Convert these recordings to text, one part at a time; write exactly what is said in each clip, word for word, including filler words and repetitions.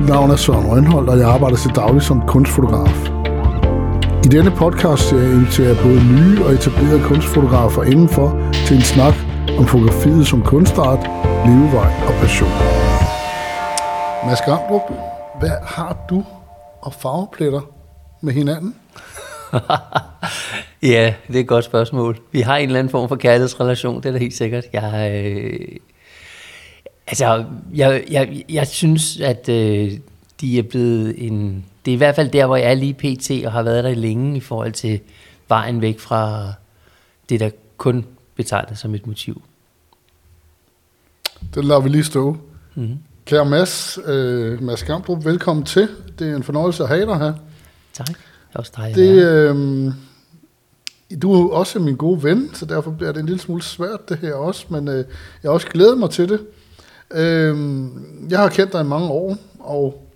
Mit navn er Søren Rønholdt, og jeg arbejder til daglig som kunstfotograf. I denne podcast inviterer jeg både nye og etablerede kunstfotografer indenfor til en snak om fotografiet som kunstart, levevej og passion. Mads Gramdrup, hvad har du og farvepletter med hinanden? Ja, det er et godt spørgsmål. Vi har en eller anden form for kærlighedsrelation, det er da helt sikkert. Jeg, øh, altså, jeg, jeg, jeg synes, at øh, de er blevet en... Det er i hvert fald der, hvor jeg er lige pt. Og har været der længe i forhold til vejen væk fra det, der kun betegnes som et motiv. Det lader vi lige stå. Mm-hmm. Kære Mads, øh, Mads Gramdrup, velkommen til. Det er en fornøjelse at have dig her. Tak. Også dig, det, øh, du er jo også min gode ven, så derfor bliver det en lille smule svært det her også, men øh, jeg har også glædet mig til det. Øh, jeg har kendt dig i mange år, og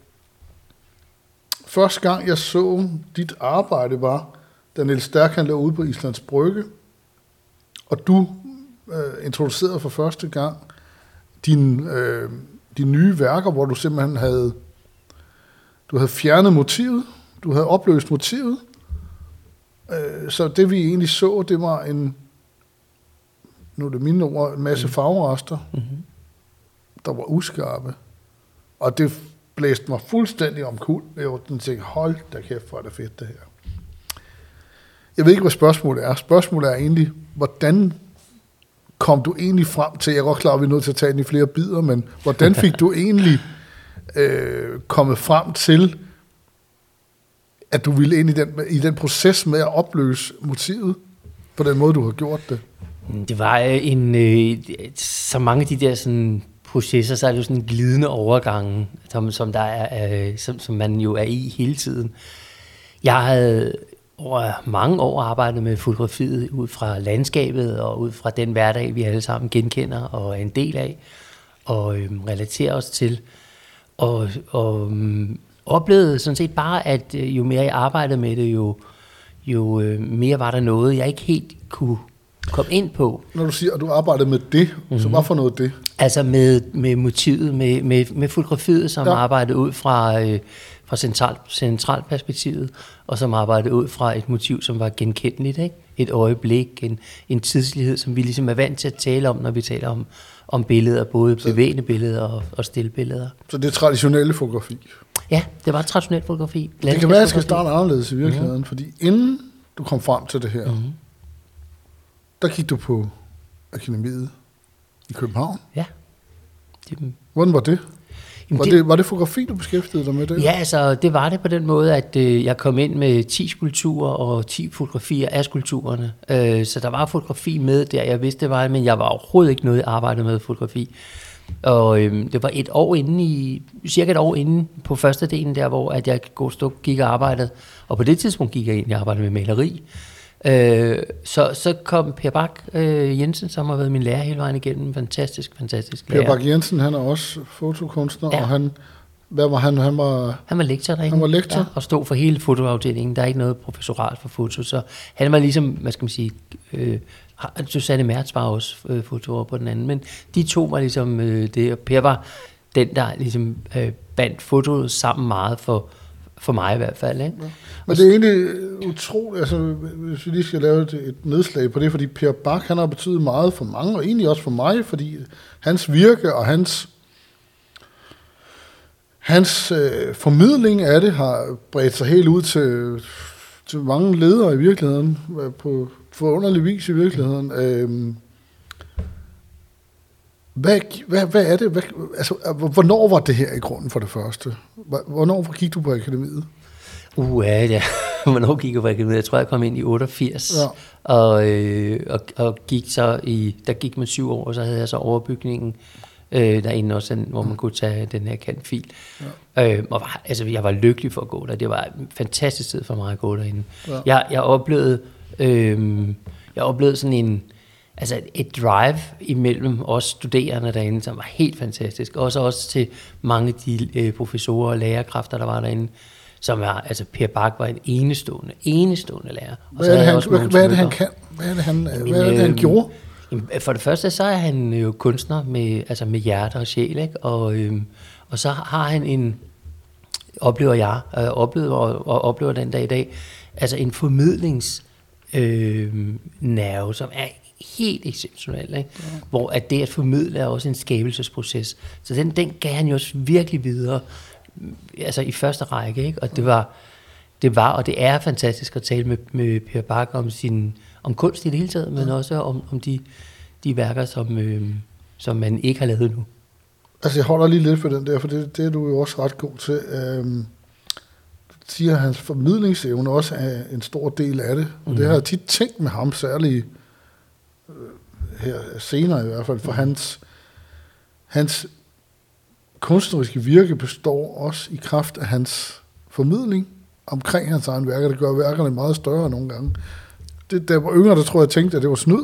første gang jeg så dit arbejde var, da Niels Stærk han lå ude på Islands Brygge, og du øh, introducerede for første gang dine øh, din nye værker, hvor du simpelthen havde, du havde fjernet motivet, du havde opløst motivet, øh, så det vi egentlig så, det var en, nu er det mine ord, en masse farverester, mm-hmm. der var uskarpe, og det blæste mig fuldstændig omkuld. Jeg var sådan tænkt, hold da kæft, hvor er det fedt det her. Jeg ved ikke, hvad spørgsmålet er. Spørgsmålet er egentlig, hvordan kom du egentlig frem til, jeg er godt klar, at vi er nødt til at tage den i flere bidder, men hvordan fik du egentlig øh, kommet frem til, at du ville ind i den, i den proces med at opløse motivet, på den måde, du har gjort det? Det var en, øh, så mange af de der sådan processer, så er det jo sådan en glidende overgang, som, som, der er, øh, som, som man jo er i hele tiden. Jeg havde over mange år arbejdet med fotografiet ud fra landskabet og ud fra den hverdag, vi alle sammen genkender og er en del af og øh, relaterer os til. Og, og øh, oplevede sådan set bare, at øh, jo mere jeg arbejdede med det, jo, jo øh, mere var der noget, jeg ikke helt kunne komme ind på. Når du siger, at du arbejdede med det, mm-hmm. så hvad for noget det? Altså med, med motivet, med, med, med fotografiet, som ja. arbejdede ud fra, øh, fra central, centralperspektivet, og som arbejdede ud fra et motiv, som var genkendeligt, ikke? Et øjeblik, en, en tidslighed, som vi ligesom er vant til at tale om, når vi taler om, om billeder, både så, bevægende billeder og, og stillbilleder. Så det er traditionelle fotografi? Ja, det var traditionelt fotografi. Det kan være, at jeg skal starte anderledes i virkeligheden, mm-hmm. fordi inden du kom frem til det her, mm-hmm. der gik du på Akademiet i København. Ja. Det, Hvordan var det? Var det, det? Var det fotografi, du beskæftigede dig med det? Ja, altså det var det på den måde, at øh, jeg kom ind med ti skulpturer og ti fotografier af skulpturerne. Øh, så der var fotografi med der, jeg vidste det var, men jeg var overhovedet ikke noget arbejdet med fotografi. Og øh, det var et år inden i, cirka et år inden på første delen der, hvor at jeg gik og arbejdede. Og på det tidspunkt gik jeg ind og arbejdede med maleri. Øh, så, så kom Per Bak øh, Jensen, som har været min lærer hele vejen igennem. Fantastisk, fantastisk lærer. Per Bak Jensen, han er også fotokunstner, ja. Og han, hvad var han? Han var, han var lektor derinde. Han var lektor? Ja, og stod for hele fotoafdelingen. Der er ikke noget professorat for foto, så han var ligesom, hvad skal man sige, øh, Susanne Mertz var også øh, fotoer på den anden, men de to var ligesom øh, det, og Per var den, der ligesom øh, bandt fotoet sammen meget for For mig i hvert fald, ikke? Ja. Men det er egentlig utroligt, altså hvis vi lige skal lave et, et nedslag på det, fordi Per Bak, han har betydet meget for mange, og egentlig også for mig, fordi hans virke og hans, hans øh, formidling af det har bredt sig helt ud til, til mange ledere i virkeligheden, på forunderlig vis i virkeligheden. Øh, Hvad, hvad, hvad er det? Hvad, altså, hvornår var det her i grunden for det første? Hvornår gik du på Akademiet? Uh, ja, ja. Hvornår gik jeg på Akademiet? Jeg tror, jeg kom ind i otteogfirs, ja. og, øh, og, og gik så i, der gik man syv år, og så havde jeg så overbygningen øh, derinde også, hvor man kunne tage den her kantfil. Ja. Øh, og var, altså, jeg var lykkelig for at gå der. Det var en fantastisk tid for mig at gå derinde. Ja. Jeg, jeg oplevede, øh, jeg oplevede sådan en, altså et drive imellem os studerende derinde, som var helt fantastisk. Også også til mange af de øh, professorer og lærerkræfter, der var derinde, som var, altså Per Bak var en enestående, enestående lærer. Og hvad, er det, han, hvad, hvad er det, han kan? Hvad er det, han, jamen, hvad er det, han øh, gjorde? Jamen, for det første, så er han jo kunstner med, altså med hjerte og sjæl, ikke? Og, øh, og så har han en, oplever jeg, og jeg oplever, og oplever den dag i dag, altså en formidlings øh, nerve, som er helt exceptionel, ikke? Ja. Hvor at det at formidle er også en skabelsesproces. Så den, den gav han jo også virkelig videre, altså i første række, ikke? Og det var, det var, og det er fantastisk at tale med, med Per Bak om, sin, om kunst i det hele taget, men ja. også om, om de, de værker, som, øh, som man ikke har lavet nu. Altså jeg holder lige lidt for den der, for det, det er du jo også ret god til. Øhm, du siger, at hans formidlingsevne også er en stor del af det, og mm. det har jeg tit tænkt med ham, særligt øh, her senere i hvert fald, for hans, hans kunstneriske virke består også i kraft af hans formidling omkring hans egen værker. Det gør værkerne meget større nogle gange. Det, da jeg var yngre, der tror jeg, jeg tænkte, at det var snyd.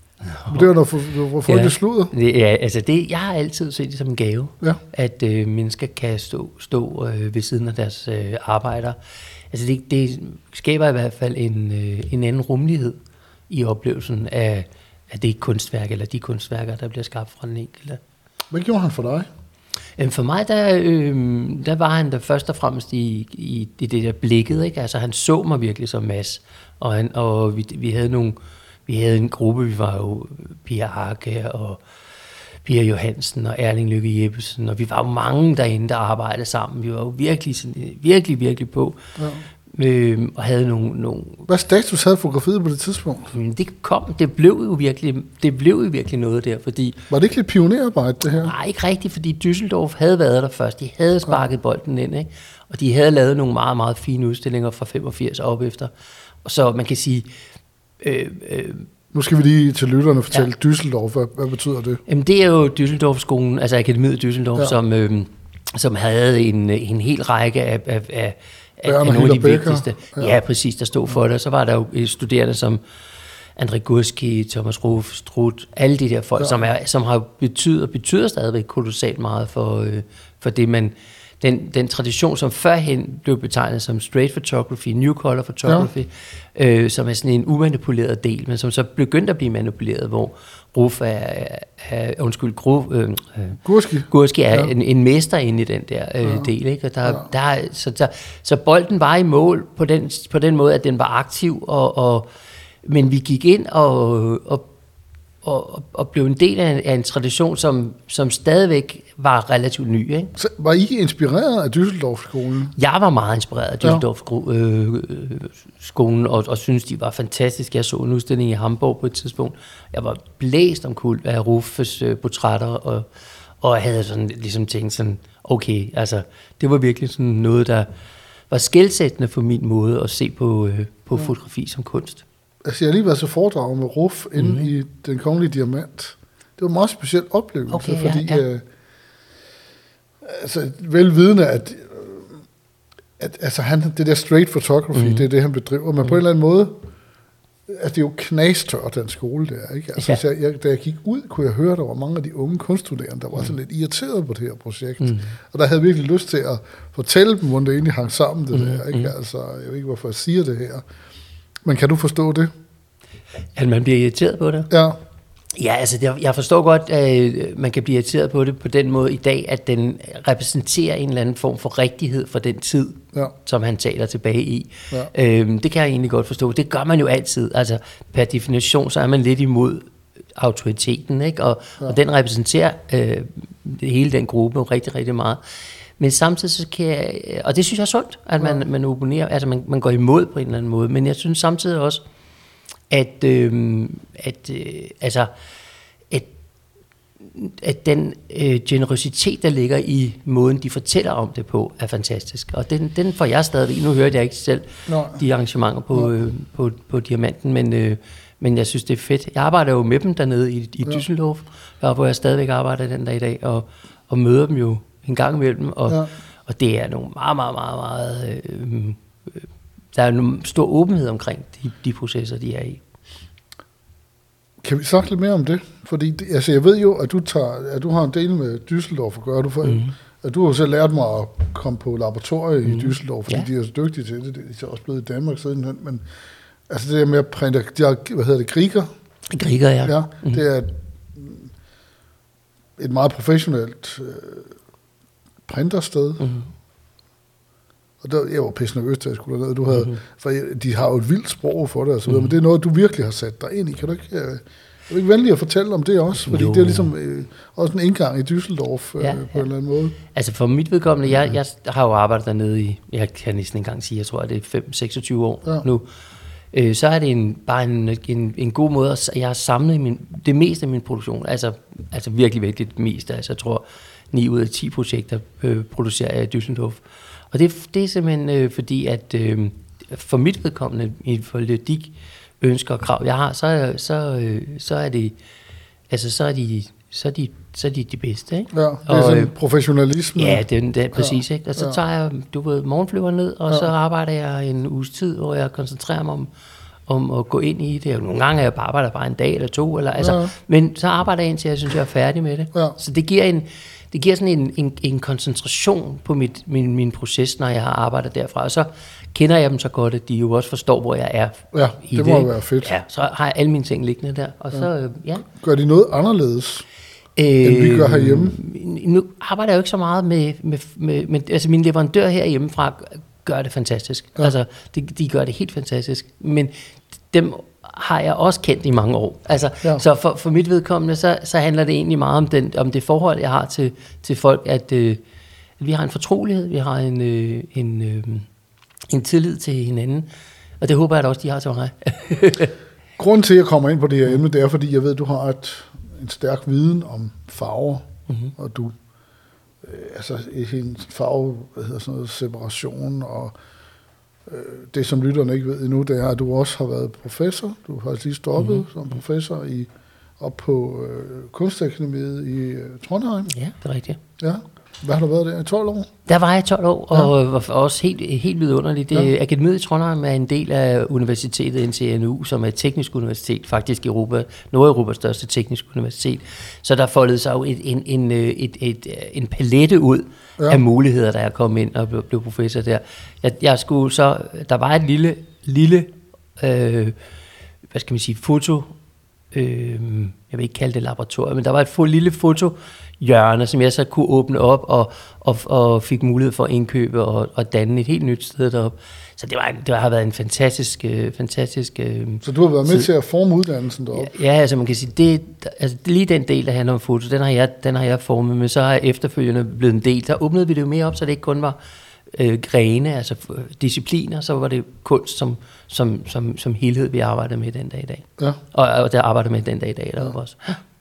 Men det var noget for folk, det sludder. Ja, altså det, jeg har altid set det som en gave, ja. at øh, mennesker kan stå, stå øh, ved siden af deres øh, arbejder. Altså det, det skaber i hvert fald en, øh, en anden rummelighed i oplevelsen af, af det kunstværk, eller de kunstværker, der bliver skabt fra den enkelte. Hvad gjorde han for dig? For mig, der, øh, der var han der først og fremmest i, i, i det der blikket, ikke? Altså han så mig virkelig som Mads, og, han, og vi, vi havde nogle, vi havde en gruppe, vi var jo Pia Arke og Pia Johansen og Erling Lykke Jeppesen, og vi var jo mange derinde, der arbejdede sammen. Vi var jo virkelig, sådan, virkelig, virkelig på. Ja. Øh, og havde nogle, nogle... Hvad status havde fotografiet på det tidspunkt? Det kom, det blev jo virkelig, det blev jo virkelig noget der, fordi... Var det ikke lidt pionerarbejde, det her? Nej, ikke rigtigt, fordi Düsseldorf havde været der først. De havde sparket ja. bolden ind, ikke? Og de havde lavet nogle meget, meget fine udstillinger fra femogfirs op efter. Og så man kan sige... Øh, øh, nu skal vi lige til lytterne fortælle ja. Düsseldorf. Hvad, hvad betyder det? Jamen, det er jo Düsseldorf-skolen, altså Akademiet Düsseldorf, ja. som, øh, som havde en, en hel række af... af, af af nogle af de vigtigste. Ja. ja, præcis, der stod for det. Så var der jo studerende som André Gurski, Thomas Ruff, Struth, alle de der folk, ja. som, er, som har betydet og betyder stadigvæk kolossalt meget for, øh, for det, man... Den, den tradition, som førhen blev betegnet som straight photography, new color photography, ja. øh, som er sådan en umanipuleret del, men som så begyndte at blive manipuleret, hvor Ruff er, er undskyld, Gru, øh, Gurski. Gurski er ja. en, en mester inde i den der øh, ja. del, ikke? Og der, ja. der, så, der, så bolden var i mål på den, på den måde, at den var aktiv, og, og, men vi gik ind og, og Og, og blev en del af en, af en tradition, som, som stadigvæk var relativt ny. Ikke? Så var I inspireret af Düsseldorf-skolen? Jeg var meget inspireret af Düsseldorf-skolen, og, og synes de var fantastiske. Jeg så en udstilling i Hamburg på et tidspunkt. Jeg var blæst omkuld af Ruffes øh, portrætter, og, og jeg havde sådan, ligesom tænkt sådan, okay, altså, det var virkelig sådan noget, der var skelsættende for min måde at se på, øh, på ja. fotografi som kunst. Altså, jeg har lige været så foredrag med Ruff inde mm-hmm. i Den Kongelige Diamant. Det var en meget speciel oplevelse, okay, fordi ja, ja. Øh, altså, velvidende, at, at altså, han, det der straight photography, mm-hmm. det er det, han bedriver, men mm-hmm. på en eller anden måde, altså, det er jo knastørt, den skole der, ikke? Altså, ja. jeg, da jeg gik ud, kunne jeg høre, at der var mange af de unge kunststuderende, der var mm-hmm. så lidt irriteret på det her projekt, mm-hmm. og der havde virkelig lyst til at fortælle dem, hvordan det egentlig hang sammen, det mm-hmm. der, ikke? Altså, jeg ved ikke, hvorfor jeg siger det her. Men kan du forstå det? At man bliver irriteret på det? Ja. Ja, altså jeg forstår godt, at man kan blive irriteret på det på den måde i dag, at den repræsenterer en eller anden form for rigtighed for den tid, ja. som han taler tilbage i. Ja. Øhm, det kan jeg egentlig godt forstå. Det gør man jo altid. Altså per definition, så er man lidt imod autoriteten, ikke? Og, ja. og den repræsenterer øh, hele den gruppe rigtig, rigtig meget. Men samtidig så kan jeg, og det synes jeg er sundt, at man, ja. man opponerer, altså man, man går imod på en eller anden måde, men jeg synes samtidig også, at, øh, at øh, altså, at, at den øh, generøsitet, der ligger i måden, de fortæller om det på, er fantastisk. Og den, den får jeg stadigvæk. Nu hørte jeg ikke selv Nå. de arrangementer på, øh, på, på Diamanten, men, øh, men jeg synes, det er fedt. Jeg arbejder jo med dem dernede i, i Düsseldorf, ja. hvor jeg stadigvæk arbejder den dag i dag, og, og møder dem jo en gang imellem, og, ja. og det er nogle meget, meget, meget, meget øh, øh, der er en stor åbenhed omkring de, de processer, de er i. Kan vi snakke lidt mere om det? Fordi det, altså jeg ved jo, at du, tager, at du har en del med Düsseldorf at gøre. Du, får, mm. at du har jo selv lært mig at komme på laboratoriet mm. i Düsseldorf, fordi ja. de er så dygtige til det. De er også blevet i Danmark sidenhen. Men altså det der med at printe, de har, hvad hedder det, Krieger? Krieger, ja. ja mm. Det er et, et meget professionelt øh, printersted. Mm. Og der, jeg var pisse nervøs, da jeg skulle derned. Du havde, mm-hmm. For de har jo et vildt sprog for det, og så videre, mm-hmm. men det er noget, du virkelig har sat dig ind i. Kan du ikke, er du ikke venlig at fortælle om det også? Fordi jo. Det er ligesom øh, også en indgang i Düsseldorf øh, ja, på ja. en eller anden måde. Altså for mit vedkommende, jeg, jeg har jo arbejdet dernede i, jeg kan næsten ikke engang sige, jeg tror, det er fem seksogtyve år ja. nu. Øh, så er det en, bare en, en, en god måde, at jeg har samlet min, det meste af min produktion. Altså, altså virkelig, virkelig det meste. Altså jeg tror, ni ud af ti projekter øh, producerer jeg i Düsseldorf. Og det, det er simpelthen øh, fordi, at øh, for mit vedkommende, i forhold til de ønsker og krav, jeg har, så, så, øh, så er det, altså så er de, så er de, så er de de bedste, ikke? Ja, det er og, sådan øh, professionalisme. Ja, det, det er præcis, ja. ikke? Og så tager jeg, du ved, morgenflyver ned, og ja. så arbejder jeg en uges tid, hvor jeg koncentrerer mig om, om at gå ind i det. Nogle gange er jeg bare arbejder bare en dag eller to, eller, altså, ja. men så arbejder jeg indtil jeg synes, jeg er færdig med det. Ja. Så det giver en, det giver sådan en, en, en koncentration på mit, min, min proces, når jeg har arbejdet derfra. Og så kender jeg dem så godt, at de jo også forstår, hvor jeg er. Ja, i det må det, være fedt. Ja, så har jeg alle mine ting liggende der. Og ja. så, ja. Gør de noget anderledes, øh, end vi gør herhjemme? Nu arbejder jeg jo ikke så meget med, med, med, med altså mine leverandører herhjemmefra gør det fantastisk. Ja. Altså, de, de gør det helt fantastisk. Men dem har jeg også kendt i mange år. Altså, ja. Så for, for mit vedkommende, så, så handler det egentlig meget om, den, om det forhold, jeg har til, til folk, at, øh, at vi har en fortrolighed, vi har en, øh, en, øh, en tillid til hinanden, og det håber jeg da også, de har til mig. Grunden til, at jeg kommer ind på det her emne, det er, fordi jeg ved, at du har et, en stærk viden om farver, mm-hmm. og du, øh, altså en farve, hvad hedder sådan noget, separation, og det, som lytterne ikke ved endnu, det er, at du også har været professor. Du har lige stoppet mm-hmm. som professor i, op på øh, Kunstakademiet i øh, Trondheim. Ja, det er rigtigt. Ja. Hvad har du været der i tolv år? Der var jeg i tolv år, og ja. var også helt, helt vidunderligt. Det, ja. Akademiet i Trondheim er en del af universitetet N T N U, som er et teknisk universitet, faktisk Europa, Nordeuropas største teknisk universitet. Så der foldede sig jo et, en, en, et, et, en palette ud ja. af muligheder, da jeg kom ind og blev, blev professor der. Jeg, jeg skulle så, der var et lille, lille øh, hvad skal man sige, foto, øh, jeg vil ikke kalde det laboratorium, men der var et lille foto, hjørne, som jeg så kunne åbne op og, og, og fik mulighed for at indkøbe og, og danne et helt nyt sted deroppe. Så det, var, det har været en fantastisk... Øh, fantastisk øh, så du har været med tid. til at forme uddannelsen deroppe? Ja, altså man kan sige, det, altså lige den del, der handler om foto, den har jeg, den har jeg formet, men så har jeg efterfølgende blevet en del. Der åbnede vi det jo mere op, så det ikke kun var øh, grene, altså discipliner, så var det kunst som, som, som, som helhed, vi arbejdede med den dag i dag. Ja. Og, og der arbejdede med den dag i dag deroppe ja. også.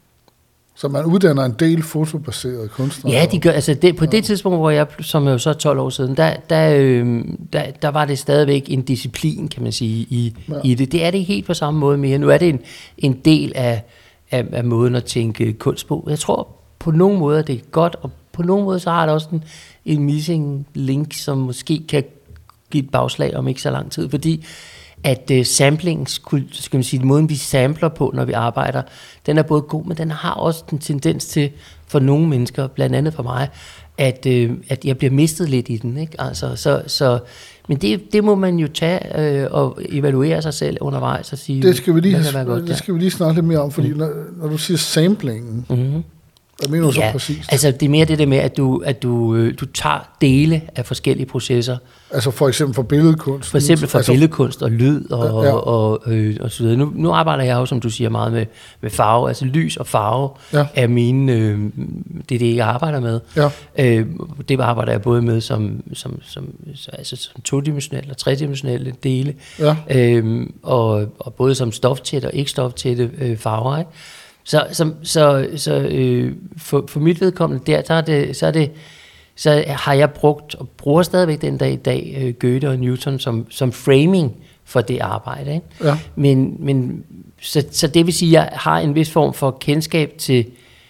Så man uddanner en del fotobaserede kunstnere? Ja, de gør, altså det, på ja. det tidspunkt, hvor jeg, som jo så tolv år siden, der, der, øh, der, der var det stadigvæk en disciplin, kan man sige, i, ja. i det. Det er det ikke helt på samme måde mere. Nu er det en, en del af, af, af måden at tænke kunst på. Jeg tror på nogle måder, det er godt, og på nogle måder, så har det også en, en missing link, som måske kan give et bagslag om ikke så lang tid, fordi at uh, samplingen, skal man sige, måden vi sampler på, når vi arbejder, den er både god, men den har også en tendens til, for nogle mennesker, blandt andet for mig, at, uh, at jeg bliver mistet lidt i den, ikke? Altså, så, så, men det, det må man jo tage uh, og evaluere sig selv undervejs og sige, det skal vi lige, godt, det skal vi lige snakke lidt mere om, fordi mm. når, når du siger samplingen, mm-hmm. hvad mener du ja, så præcist? Altså det er mere det der med, at du, at du, øh, du tager dele af forskellige processer. Altså for eksempel for billedkunst? For eksempel for altså, billedkunst og lyd og, ja, ja. og, og, øh, og så videre. Nu, nu arbejder jeg jo, som du siger, meget med, med farve. Altså lys og farve ja. er mine, øh, det er det, jeg arbejder med. Ja. Øh, det arbejder jeg både med som, som, som, altså, som todimensionelle og tredimensionelle dele. Ja. Øh, og, og både som stoftætte og ikke stoftætte øh, farver, ikke? Så, så, så, så øh, for, for mit vedkommende der, så, er det, så, er det, så har jeg brugt, og bruger stadigvæk den dag i dag, øh, Goethe og Newton som, som framing for det arbejde. Ikke? Ja. Men, men, så, så det vil sige, at jeg har en vis form for kendskab til,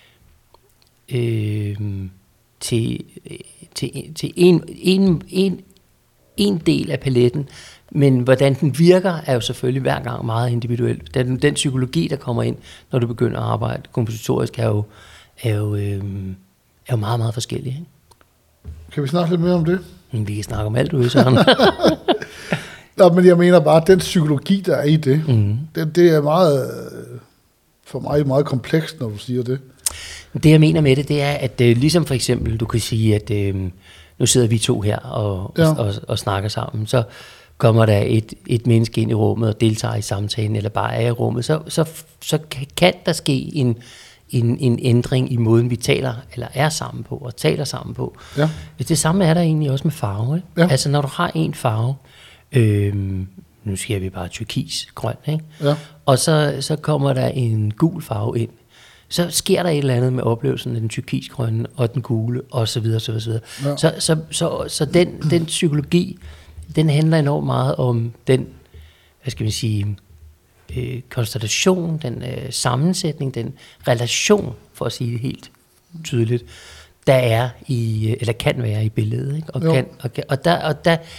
øh, til, til, til en, en, en, en del af paletten, men hvordan den virker, er jo selvfølgelig hver gang meget individuelt. Den, den psykologi, der kommer ind, når du begynder at arbejde kompositorisk, er jo, er jo, øh, er jo meget, meget forskellig. Ikke? Kan vi snakke lidt mere om det? Vi kan snakke om alt, du ved, Søren. Nå, men jeg mener bare, at den psykologi, der er i det, mm. det, det er meget, for mig meget komplekst, når du siger det. Det, jeg mener med det, det er, at øh, ligesom for eksempel, du kan sige, at... Øh, nu sidder vi to her og, Ja. og, og, og snakker sammen, så kommer der et, et menneske ind i rummet og deltager i samtalen, eller bare er i rummet, så, så, så kan der ske en, en, en ændring i måden, vi taler, eller er sammen på, og taler sammen på. Ja. Det samme er der egentlig også med farve. Ikke? Ja. Altså når du har en farve, øhm, nu siger vi bare turkis, grøn, ikke? Ja. Og så, så kommer der en gul farve ind, så sker der et eller andet med oplevelsen af den turkisgrønne og den gule, og så videre, så videre, så videre. Ja. Så, så, så, så den, den psykologi, den handler enormt meget om den, hvad skal vi sige, øh, konstellation, den øh, sammensætning, den relation, for at sige det helt tydeligt, der er i, eller kan være i billedet, ikke? Og, kan, og, kan, og der, og der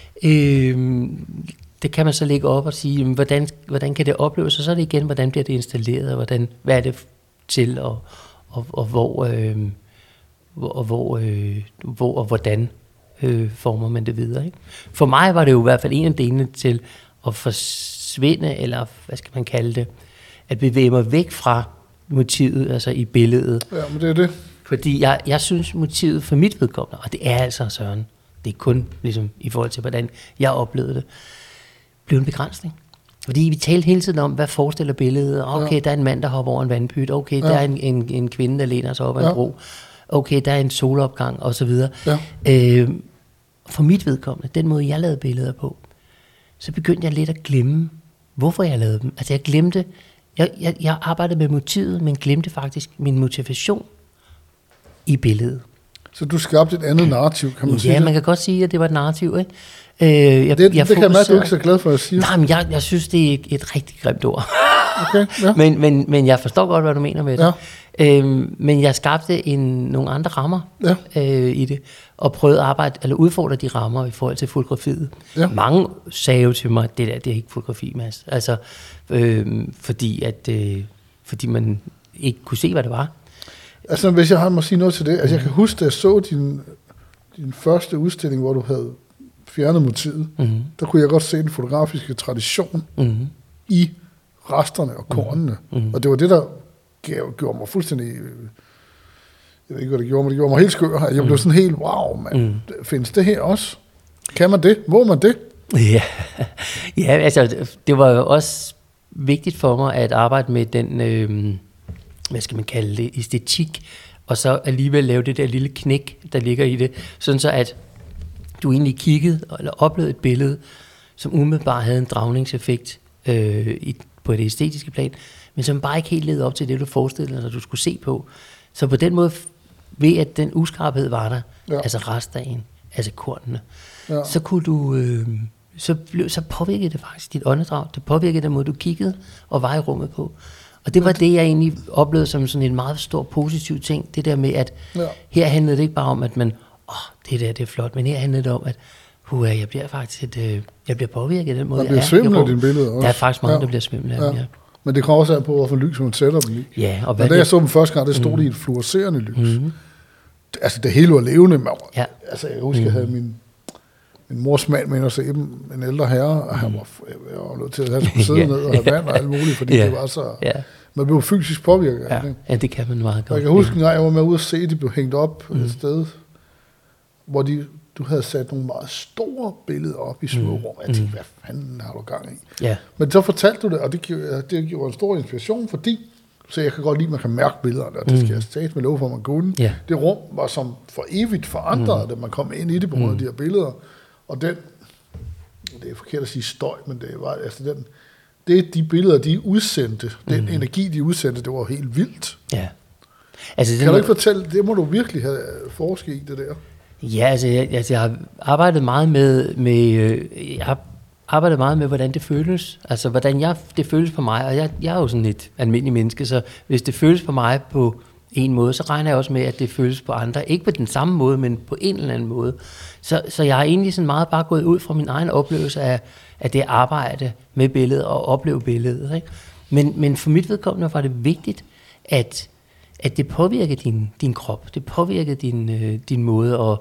øh, det kan man så lægge op og sige, jamen, hvordan, hvordan kan det opleves, og så er det igen, hvordan bliver det installeret, og hvordan, hvad er det til, og, og, og hvor, øh, og, hvor, øh, hvor og hvordan øh, former man det videre. Ikke? For mig var det jo i hvert fald en af delene til at forsvinde, eller hvad skal man kalde det, at bevæge mig væk fra motivet, altså i billedet. Ja, men det er det. Fordi jeg, jeg synes, motivet for mit vedkommende, og det er altså Søren, det er kun ligesom i forhold til, hvordan jeg oplevede det, blev en begrænsning. Fordi vi talte hele tiden om, hvad forestiller billedet? Okay, ja. Der er en mand, der hopper over en vandpyt. Okay, ja. Der er en, en, en kvinde, der læner sig op ad ja. en bro. Okay, der er en solopgang, og så videre. Ja. Øh, for mit vedkommende, den måde, jeg lavede billeder på, så begyndte jeg lidt at glemme, hvorfor jeg lavede dem. Altså, jeg glemte, jeg, jeg, jeg arbejdede med motivet, men glemte faktisk min motivation i billedet. Så du skabte et andet narrativ, kan man ja, sige Ja, man kan godt sige, at det var et narrativ, ikke? Øh, jeg, det jeg det kan jeg mærke, at du ikke er så glad for at sige. Nej, men jeg, jeg synes, det er et, et rigtig grimt ord. Okay, ja. men, men, men jeg forstår godt, hvad du mener med det. Ja. Øhm, men jeg skabte en, nogle andre rammer ja. øh, i det, og prøvede at arbejde, eller udfordre de rammer i forhold til fotografiet. Ja. Mange sagde jo til mig, det der, det er ikke fotografi, Mads. Altså, øh, fordi, at, øh, fordi man ikke kunne se, hvad det var. Altså, hvis jeg har må sige noget til det, altså jeg kan huske, da jeg så din, din første udstilling, hvor du havde fjernet motivet, mm-hmm. der kunne jeg godt se den fotografiske tradition mm-hmm. i resterne og kornene. Mm-hmm. Og det var det, der gav, gjorde mig fuldstændig, jeg ved ikke, hvad det gjorde mig, det gjorde mig helt skør. Jeg blev mm-hmm. sådan helt, wow, man, mm-hmm. findes det her også? Kan man det? Må man det? Ja, ja altså, det var jo også vigtigt for mig at arbejde med den, øh, hvad skal man kalde det, æstetik, og så alligevel lave det der lille knæk, der ligger i det, sådan så at du egentlig kiggede eller oplevede et billede, som umiddelbart havde en dragningseffekt øh, i, på det æstetiske plan, men som bare ikke helt levede op til det, du forestillede dig, du skulle se på. Så på den måde, ved at den uskarphed var der, ja. altså restdagen, altså kornene, ja. så kunne du, øh, så, blev, så påvirkede det faktisk dit åndedrag, det påvirkede den måde, du kiggede og var i rummet på. Og det var det, jeg egentlig oplevede som sådan en meget stor positiv ting, det der med, at ja. her handlede det ikke bare om, at man åh, oh, det der, det er flot, men her handler det om, at uh, jeg bliver faktisk et, øh, jeg bliver påvirket af den måde, jeg er. Der bliver svimmel af dine billeder også. Der er faktisk mange, ja. der bliver svimmel af ja. dem, ja. Men det kommer også af på, hvorfor lys man sætter dem i. Ja, og hvad men da jeg så dem første gang, det stod mm. i et fluorescerende lys. Mm. Altså, det hele var levende. Man, ja. Altså, jeg husker, mm. jeg havde min, min mors mand med at se dem, en ældre herre, og han var, jeg var nødt til at han skulle sidde yeah. ned og have vand og alt muligt, fordi yeah. det var så... Yeah. Man blev fysisk påvirket. Ja. ja, det kan man meget godt. Jeg kan huske, en gang jeg var med ude at se, de blev hængt op mm. et sted, hvor de, du havde sat nogle meget store billeder op i små mm. rum. Jeg tænkte, mm. hvad fanden har du gang i? Ja. Men så fortalte du det, og det, det gjorde en stor inspiration, fordi, så jeg kan godt lide, at man kan mærke billederne, og det skal mm. jeg stadig med lov for, man kunne. Yeah. Det rum var som for evigt forandret, mm. da man kom ind i det på grund af mm. de her billeder. Og den, det er forkert at sige støj, men det var altså den, det de billeder, de udsendte, den mm. energi, de udsendte, det var helt vildt. Ja. Altså, kan du må... ikke fortælle, det må du virkelig have forsket i, det der? Ja, altså jeg, altså, jeg har arbejdet meget med, med øh, jeg har arbejdet meget med, hvordan det føles. Altså, hvordan jeg, det føles på mig, og jeg, jeg er jo sådan et almindeligt menneske, så hvis det føles på mig på en måde, så regner jeg også med, at det føles på andre. Ikke på den samme måde, men på en eller anden måde. Så, så jeg har egentlig sådan meget bare gået ud fra min egen oplevelse af, af det arbejde med billedet og opleve billedet. Ikke? Men, men for mit vedkommende var det vigtigt, at, at det påvirkede din, din krop. Det påvirkede din, øh, din måde at...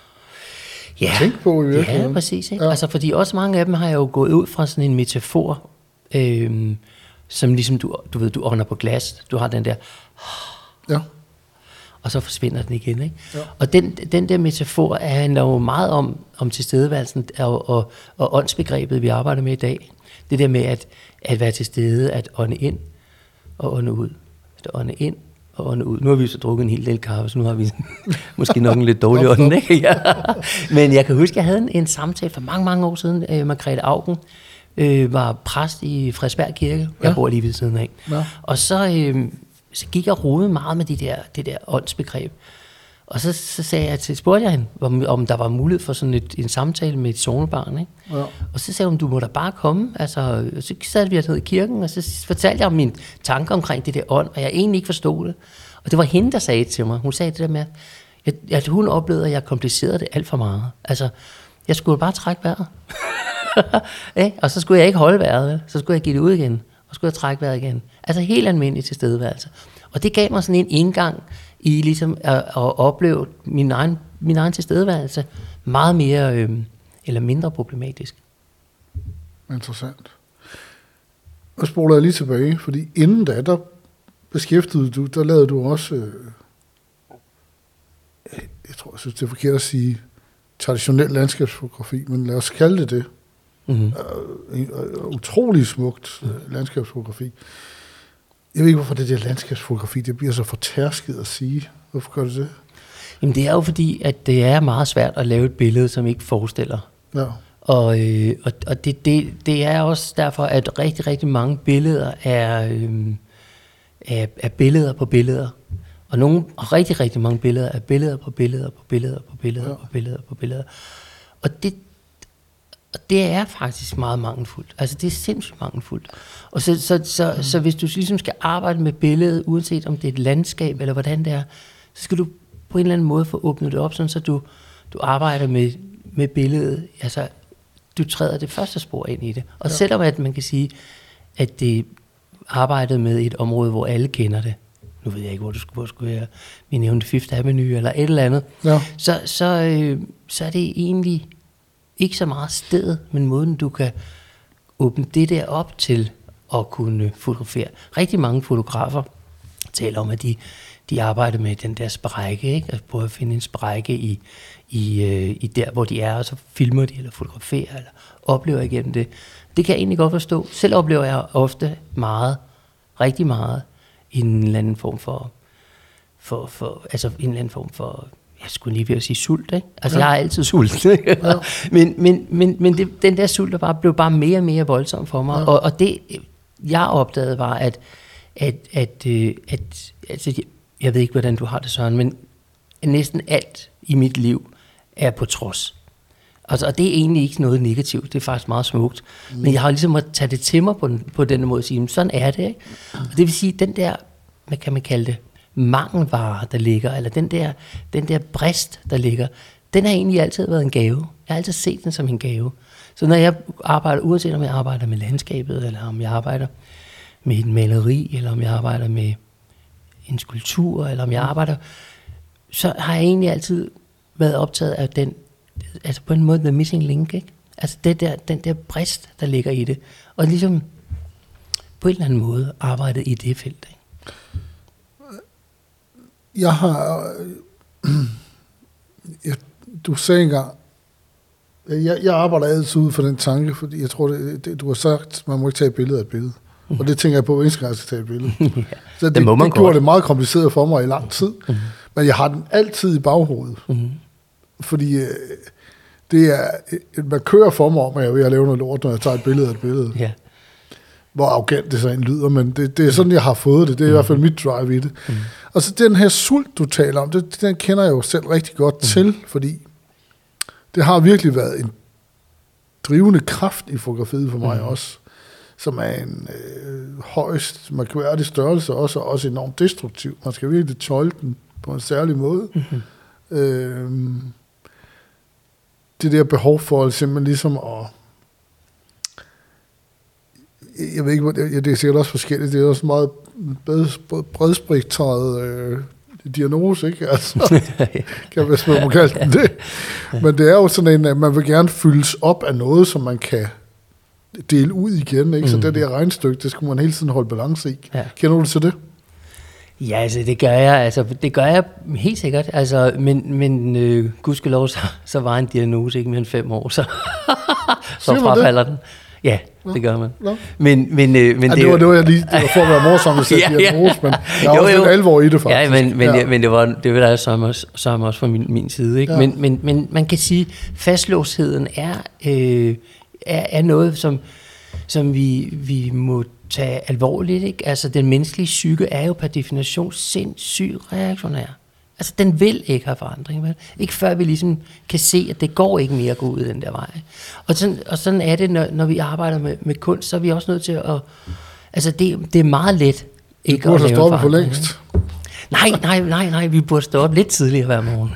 Ja, tænk på i virkeligheden. Ja, præcis. Ikke? Ja. Altså, fordi også mange af dem har jeg jo gået ud fra sådan en metafor, øh, som ligesom du, du ved, du ånder på glas. Du har den der... Ja. og så forsvinder den igen. Ikke? Ja. Og den, den der metafor handler jo meget om, om tilstedeværelsen og, og, og åndsbegrebet, vi arbejder med i dag. Det der med at, at være til stede, at ånde ind og ånde ud. At ånde ind og ånde ud. Nu har vi så drukket en hel del kaffe, så nu har vi måske nok en lidt dårlig ånd, ikke? Ja. Men jeg kan huske, at jeg havde en, en samtale for mange, mange år siden. Øh, Margrethe Augen øh, var præst i Frederiksberg Kirke. Jeg ja. bor lige ved siden af. Ja. Og så, øh, så gik jeg og rodede meget med de der, det der åndsbegreb. Og så, så sagde jeg til, spurgte jeg hende, om, om der var mulighed for sådan et, en samtale med et sognebarn, ikke? Ja. Og så sagde hun, du må da bare komme. Altså, så satte vi os ned i kirken, og så fortalte jeg om mine tanker omkring det der ånd, og jeg egentlig ikke forstod det. Og det var hende, der sagde til mig. Hun sagde det der med, at, at hun oplevede, at jeg komplicerede det alt for meget. Altså, jeg skulle bare trække vejret. Og så skulle jeg ikke holde vejret, så skulle jeg give det ud igen, og så skulle jeg trække vejret igen. Altså helt almindelig tilstedeværelse. Og det gav mig sådan en indgang i ligesom at, at opleve min egen, min egen tilstedeværelse meget mere øh, eller mindre problematisk. Interessant. Og spoler jeg lige tilbage, fordi inden da, der beskæftigede du, der lavede du også, øh, jeg tror, jeg synes, det er forkert at sige traditionel landskabsfotografi, men lad os kalde det det. Mm-hmm. Øh, øh, utrolig smukt øh, landskabsfotografi. Jeg ved ikke, hvorfor det der landskabsfotografi, det bliver så fortærsket at sige. Hvorfor gør det det? Jamen det er jo fordi, at det er meget svært at lave et billede, som ikke forestiller. Ja. Og, øh, og, og det, det, det er også derfor, at rigtig, rigtig mange billeder er, øh, er, er billeder på billeder. Og, nogle, og rigtig, rigtig mange billeder er billeder på billeder på billeder på billeder ja. på billeder på billeder. Og det, og det er faktisk meget mangelfuldt. Altså det er sindssygt mangelfuldt. Og så, så, så, mm. så hvis du ligesom skal arbejde med billedet, uanset om det er et landskab eller hvordan det er, så skal du på en eller anden måde få åbnet det op, sådan så du, du arbejder med, med billedet. Altså du træder det første spor ind i det. Og ja. selvom at man kan sige, at det arbejdet med et område, hvor alle kender det, nu ved jeg ikke, hvor du skulle, hvor skulle være, vi nævnte Fifth Avenue eller et eller andet, ja. så, så, øh, så er det egentlig ikke så meget stedet, men måden du kan åbne det der op til at kunne fotografere. Rigtig mange fotografer taler om, at de, de arbejder med den der sprække, ikke? Altså prøver at finde en sprække i, i, øh, i der, hvor de er, og så filmer de eller fotograferer eller oplever igennem det. Det kan jeg egentlig godt forstå. Selv oplever jeg ofte meget, rigtig meget, en eller anden form for, for, for altså en eller anden form for, jeg skulle lige ved at sige sult, ikke? Altså ja. jeg har altid sult, ikke? Ja. men, men, men, men det, den der sult der bare, blev bare mere og mere voldsom for mig, ja. og, og det jeg opdagede var, at, at, at, at, at altså, jeg ved ikke, hvordan du har det, Søren, men næsten alt i mit liv er på trods. Altså, og det er egentlig ikke noget negativt, det er faktisk meget smukt, mm. men jeg har ligesom at tage det til mig på den, på den måde og sige, sådan er det, ikke? Og det vil sige, den der, hvad kan man kalde det, mangelvare, der ligger, eller den der, den der brist, der ligger, den har egentlig altid været en gave. Jeg har altid set den som en gave. Så når jeg arbejder, uanset om jeg arbejder med landskabet, eller om jeg arbejder med en maleri, eller om jeg arbejder med en skulptur, eller om jeg arbejder, så har jeg egentlig altid været optaget af den, altså på en måde, the missing link, ikke? Altså det der, den der brist, der ligger i det. Og ligesom på en eller anden måde arbejdet i det felt, ikke? Jeg har... Jeg, du sagde engang, jeg, jeg arbejder altid ud for den tanke, fordi jeg tror, det, det, du har sagt, man må ikke tage et billede af et billede. Mm. Og det tænker jeg på, hver eneste gang jeg skal tage et billede. ja, så det, det, det gjorde det meget kompliceret for mig i lang tid. Mm. Men jeg har den altid i baghovedet. Mm. Fordi øh, det er, man kører for mig om, at jeg er ved at lave noget lort, når jeg tager et billede af et billede. Yeah. Hvor arrogant det så en lyder, men det, det er sådan, jeg har fået det. Det er mm. i hvert fald mit drive i det. Mm. Og så den her sult, du taler om, det, den kender jeg jo selv rigtig godt mm. til, fordi det har virkelig været en drivende kraft i fotografiet for mig mm. også, som er en øh, højst mærkværdig størrelse, også, og også enormt destruktiv. Man skal virkelig tøjle den på en særlig måde. Mm. Øh, det der behov for simpelthen ligesom at... Jeg ved ikke, det er sikkert også forskelligt. Det er også meget bredspektret øh, diagnose, ikke? Altså, kan hvis man må kalde den det. Men det er jo sådan en, at man vil gerne fyldes op af noget, som man kan dele ud igen, ikke? Så mm. det der regnstykke, det skal man hele tiden holde balance i. Ja. Kender du til det? Ja, altså det gør jeg, altså det gør jeg helt sikkert, altså, men, men øh, gudskelov, så, så var en diagnose ikke mere end fem år, så, så frafalder den. Ja, no, det gør man. No. Men, men, øh, men ja, det, det, var, det var jeg lige, det var for at være morsom, at sætte ja, diagnose, men der er jo, også jo. lidt alvor i det faktisk. Ja, men, men, ja. men det var det var der som også, som også fra min, min side. Ikke? Ja. Men, men, men man kan sige, fastlåsheden er, øh, er, er noget, som, som vi, vi må tage alvorligt. Ikke? Altså den menneskelige psyke er jo per definition sindssygt reaktionær. Altså, den vil ikke have forandring, vel? Ikke før vi ligesom kan se, at det går ikke mere at gå ud den der vej. Og sådan, og sådan er det, når, når vi arbejder med, med kunst, så er vi også nødt til at... Altså, det, det er meget let ikke at lave en forandring. Du burde have stoppet for længst. Nej, nej, nej, nej, vi burde stoppe lidt tidligere hver morgen.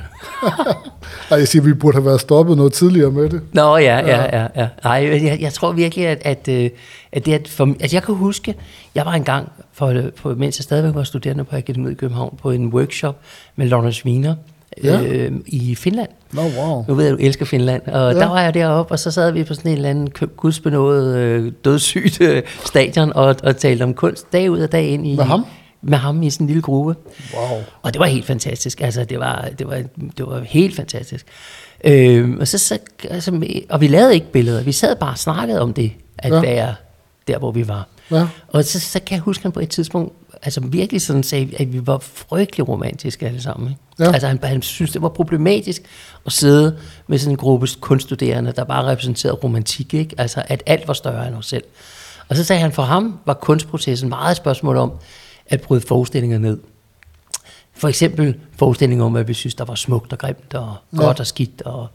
Nej, jeg siger, vi burde have været stoppet noget tidligere med det. Nå, ja, ja, ja. ja. Nej, jeg, jeg tror virkelig, at, at, at det er... For, altså, jeg kan huske, jeg var engang, for, for, mens jeg stadigvæk var studerende på Akademiet i København, på en workshop med Lawrence Wiener ja. øh, i Finland. Nå, no, wow. Nu ved jeg, du elsker Finland. Og ja. der var jeg deroppe, og så sad vi på sådan en eller anden gudsbenået, øh, dødssygt øh, stadion og, og talte om kunst dag ud og dag ind i... Med ham? med ham i sådan en lille gruppe. Wow. Og det var helt fantastisk. Altså, det var, det var, det var helt fantastisk. Øh, og, så, så, altså, og vi lavede ikke billeder. Vi sad bare og snakkede om det, at ja. være der, hvor vi var. Ja. Og så, så kan jeg huske, at han på et tidspunkt altså virkelig sådan sagde, at vi var frygtelig romantiske alle sammen. Ikke? Ja. Altså, han, han synes, det var problematisk at sidde med sådan en gruppe kunststuderende, der bare repræsenterede romantik. Ikke? Altså, at alt var større end os selv. Og så sagde han, for ham var kunstprocessen meget et spørgsmål om, at bryde forestillinger ned. For eksempel forestillinger om, at vi synes, der var smukt og grimt og ja. godt og skidt. Og,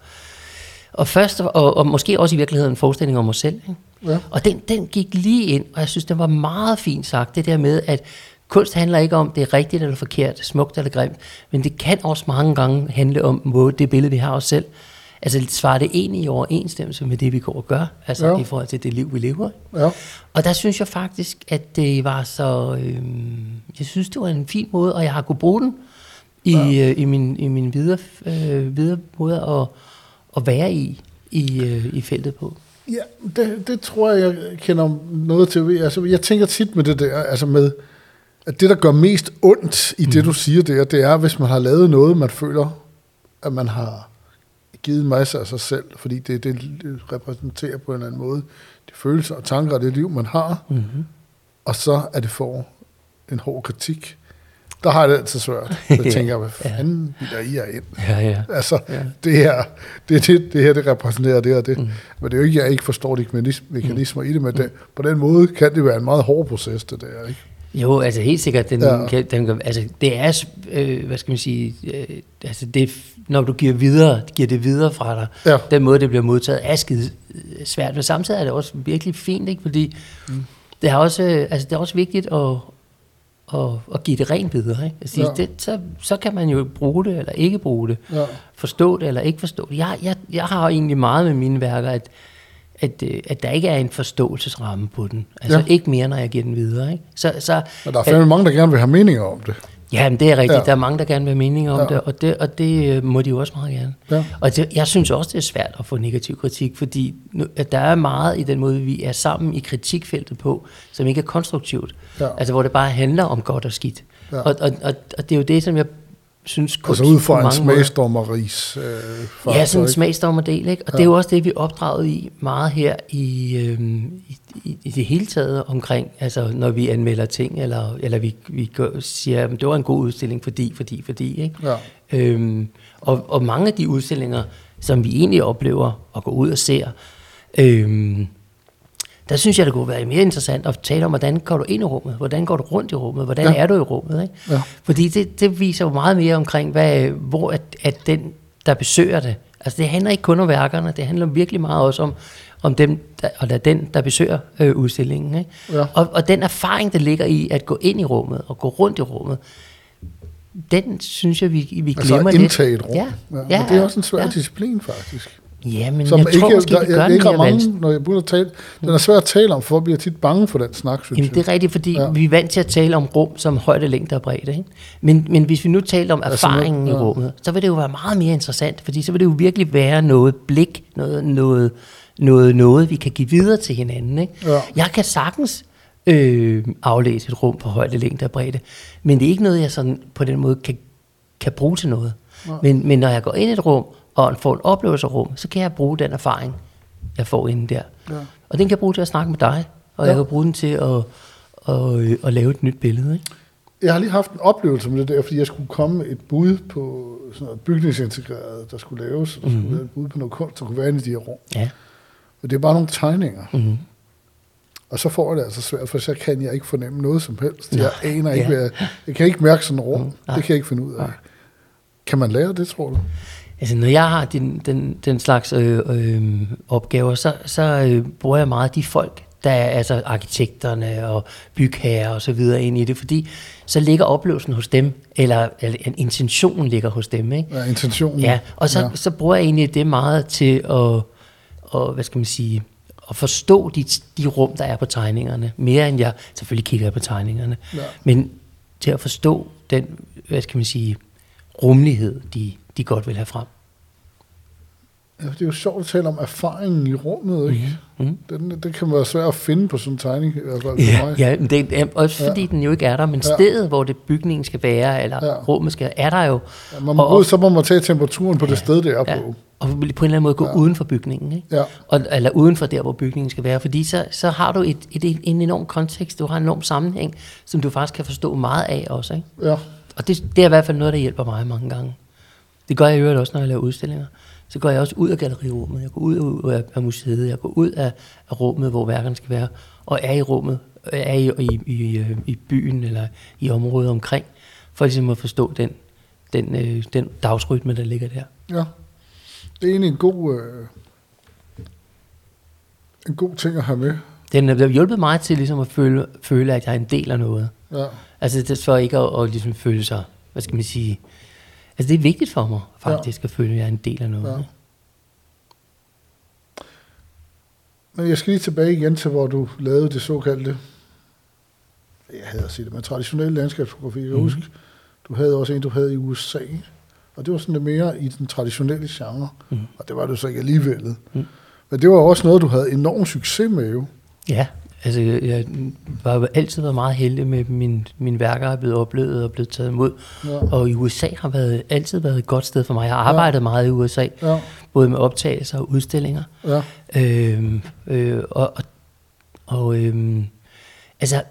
og først, og, og måske også i virkeligheden en forestilling om os selv. Ikke? Ja. Og den, den gik lige ind, og jeg synes, det var meget fint sagt, det der med, at kunst handler ikke om, det er rigtigt eller forkert, smukt eller grimt, men det kan også mange gange handle om måde, det billede, vi har os selv. Altså svarer det egentlig i overensstemmelse med det, vi går og gør, altså ja. i forhold til det liv, vi lever. Ja. Og der synes jeg faktisk, at det var så... Øh, jeg synes, det var en fin måde, og jeg har kunnet bruge den i, ja. øh, i min, i min videre, øh, videre måde at, at være i, i, øh, i feltet på. Ja, det, det tror jeg, jeg kender noget til. Altså, jeg tænker tit med det der, altså med, at det, der gør mest ondt i mm. det, du siger der, det er, hvis man har lavet noget, man føler, at man har... givet en masse af sig selv, fordi det, det repræsenterer på en eller anden måde de følelser og tanker og det liv, man har, mm-hmm. og så er det for en hård kritik. Der har jeg det altid svært. Jeg tænker, hvad fanden ja. der I er ind? Ja, ja. Altså, ja. det her, det, det, det her, det repræsenterer det og det. Mm. Men det er jo ikke, jeg ikke forstår de mekanismer mm. i det, men det, på den måde kan det være en meget hård proces, det der, ikke? Jo, altså helt sikkert, den, ja. kan, den, altså det er, øh, hvad skal man sige, øh, altså det, når du giver videre, giver det videre fra dig, ja. den måde, det bliver modtaget, er skide svært, men samtidig er det også virkelig fint, ikke? Fordi mm. det er også, altså det er også vigtigt at, at, at give det rent videre, ikke? Altså, ja. det, så, så kan man jo bruge det, eller ikke bruge det, ja. forstå det, eller ikke forstå det. Jeg, jeg, jeg har egentlig meget med mine værker, at At, at der ikke er en forståelsesramme på den. Altså ja. ikke mere, når jeg giver den videre. Ikke? Så, så, og der er fandme mange, der gerne vil have meninger om det. Ja, men det er rigtigt. Ja. Der er mange, der gerne vil have meninger om ja. det, og det, og det må de jo også meget gerne. Ja. Og det, jeg synes også, det er svært at få negativ kritik, fordi nu, at der er meget i den måde, vi er sammen i kritikfeltet på, som ikke er konstruktivt. Ja. Altså, hvor det bare handler om godt og skidt. Ja. Og, og, og, og det er jo det, som jeg synes... Altså ud fra en smagsdommeris... Øh, ja, sådan en smagsdommerdel, ikke? Og ja. det er jo også det, vi er opdraget i meget her i, øhm, i, i, i det hele taget omkring, altså når vi anmelder ting, eller, eller vi, vi gør, siger, at det var en god udstilling, fordi, fordi, fordi, ikke? Ja. Øhm, og, og mange af de udstillinger, som vi egentlig oplever og går ud og ser, øhm, der synes jeg, det kunne være mere interessant at tale om, hvordan går du ind i rummet, hvordan går du rundt i rummet, hvordan ja. er du i rummet, ikke? Ja. Fordi det, det viser jo meget mere omkring, hvad, hvor at, at den, der besøger det, altså det handler ikke kun om værkerne, det handler virkelig meget også om, om dem, der, eller den, der besøger øh, udstillingen, ikke? Ja. Og, og den erfaring, der ligger i at gå ind i rummet og gå rundt i rummet, den synes jeg, vi, vi glemmer lidt. Altså indtage et rum. Ja. Ja. Ja. Men det er også en svær ja. disciplin, faktisk. Ja, men som jeg ikke, tror måske, der, det gør jeg, ikke den mere mange, når jeg begynder at tale, den er svær at tale om, for jeg bliver tit bange for den snak, synes Jamen, jeg. det er rigtigt, fordi ja. vi er vant til at tale om rum som højde, længde og bredde. Ikke? Men, men hvis vi nu taler om erfaringen altså, ja. i rummet, så vil det jo være meget mere interessant, fordi så vil det jo virkelig være noget blik, noget, noget, noget, noget vi kan give videre til hinanden. Ikke? Ja. Jeg kan sagtens øh, aflæse et rum på højde, længde og bredde. Men det er ikke noget, jeg sådan på den måde kan, kan bruge til noget. Men, men når jeg går ind i et rum, og får en oplevelse af rum, så kan jeg bruge den erfaring, jeg får inde der. Ja. Og den kan jeg bruge til at snakke med dig, og ja. jeg kan bruge den til at, at, at, at lave et nyt billede. Ikke? Jeg har lige haft en oplevelse med det der, fordi jeg skulle komme med et bud på sådan noget bygningsintegreret, der skulle laves, og mm-hmm. skulle være et bud på noget kunst, der kunne være inde i de her rum. Ja. Men det er bare nogle tegninger. Mm-hmm. Og så får jeg det altså svært, for så kan jeg ikke fornemme noget som helst. Jeg Nej. aner ikke, ja. hvad jeg, jeg kan ikke mærke sådan en rum. Mm, det kan jeg ikke finde ud af. Nej. Kan man lære det, tror du? Altså, når jeg har den, den, den slags øh, øh, opgaver, så, så øh, bruger jeg meget de folk, der er altså arkitekterne og bygherrer og så videre ind i det, fordi så ligger oplevelsen hos dem, eller, eller en intention ligger hos dem, ikke? Ja, intentionen. Ja, og så, ja. så bruger jeg egentlig det meget til at, og, hvad skal man sige, at forstå de, de rum, der er på tegningerne, mere end jeg, selvfølgelig kigger jeg på tegningerne, ja. men til at forstå den, hvad skal man sige, rummelighed, de, de godt vil have frem. Ja, det er jo sjovt at tale om erfaringen i rummet, ikke? Mm-hmm. Den, det kan være svært at finde på sådan en tegning, i hvert fald for ja, mig. Ja, det er, også fordi ja. den jo ikke er der, men ja. stedet, hvor det bygningen skal være, eller ja. rummet skal er der jo. Ja, man må og, ud, så må man tage temperaturen på ja, det sted, det er ja, på. Og på en eller anden måde gå ja. uden for bygningen, ikke? Ja. Og, eller uden for der, hvor bygningen skal være, fordi så, så har du et, et, et, en enorm kontekst, du har en enorm sammenhæng, som du faktisk kan forstå meget af også, ikke? Ja. Og det, det er i hvert fald noget, der hjælper mig mange gange. Det gør jeg i øvrigt også, når jeg laver udstillinger. Så går jeg også ud af gallerirummet, jeg går ud af, af museet, jeg går ud af, af rummet, hvor værkerne skal være, og er i rummet, er i, i, i, i byen eller i området omkring, for ligesom at forstå den, den, øh, den dagsrytme, der ligger der. Ja, det er egentlig en god, øh, en god ting at have med. Den har hjulpet mig til ligesom at føle, føle, at jeg er en del af noget. Ja. Altså det er for ikke at, at ligesom føle sig, hvad skal man sige, altså det er vigtigt for mig faktisk, ja. at føle, at jeg er en del af noget. Ja. Men jeg skal lige tilbage igen til, hvor du lavede det såkaldte, jeg havde at sige det, men traditionelle landskabsfotografi. Jeg mm-hmm. husker, du havde også en, du havde i U S A, og det var sådan lidt mere i den traditionelle genre, mm-hmm. og det var det så ikke alligevel. Mm-hmm. Men det var også noget, du havde enorm succes med jo. Ja, altså jeg var altid været meget heldig med, at min, mine værker er blevet oplevet og blevet taget imod. Ja. Og i U S A har været, altid været et godt sted for mig. Jeg har arbejdet ja. meget i U S A, ja. både med optagelser og udstillinger. Ja. Øhm, øh, og og, og øhm, altså,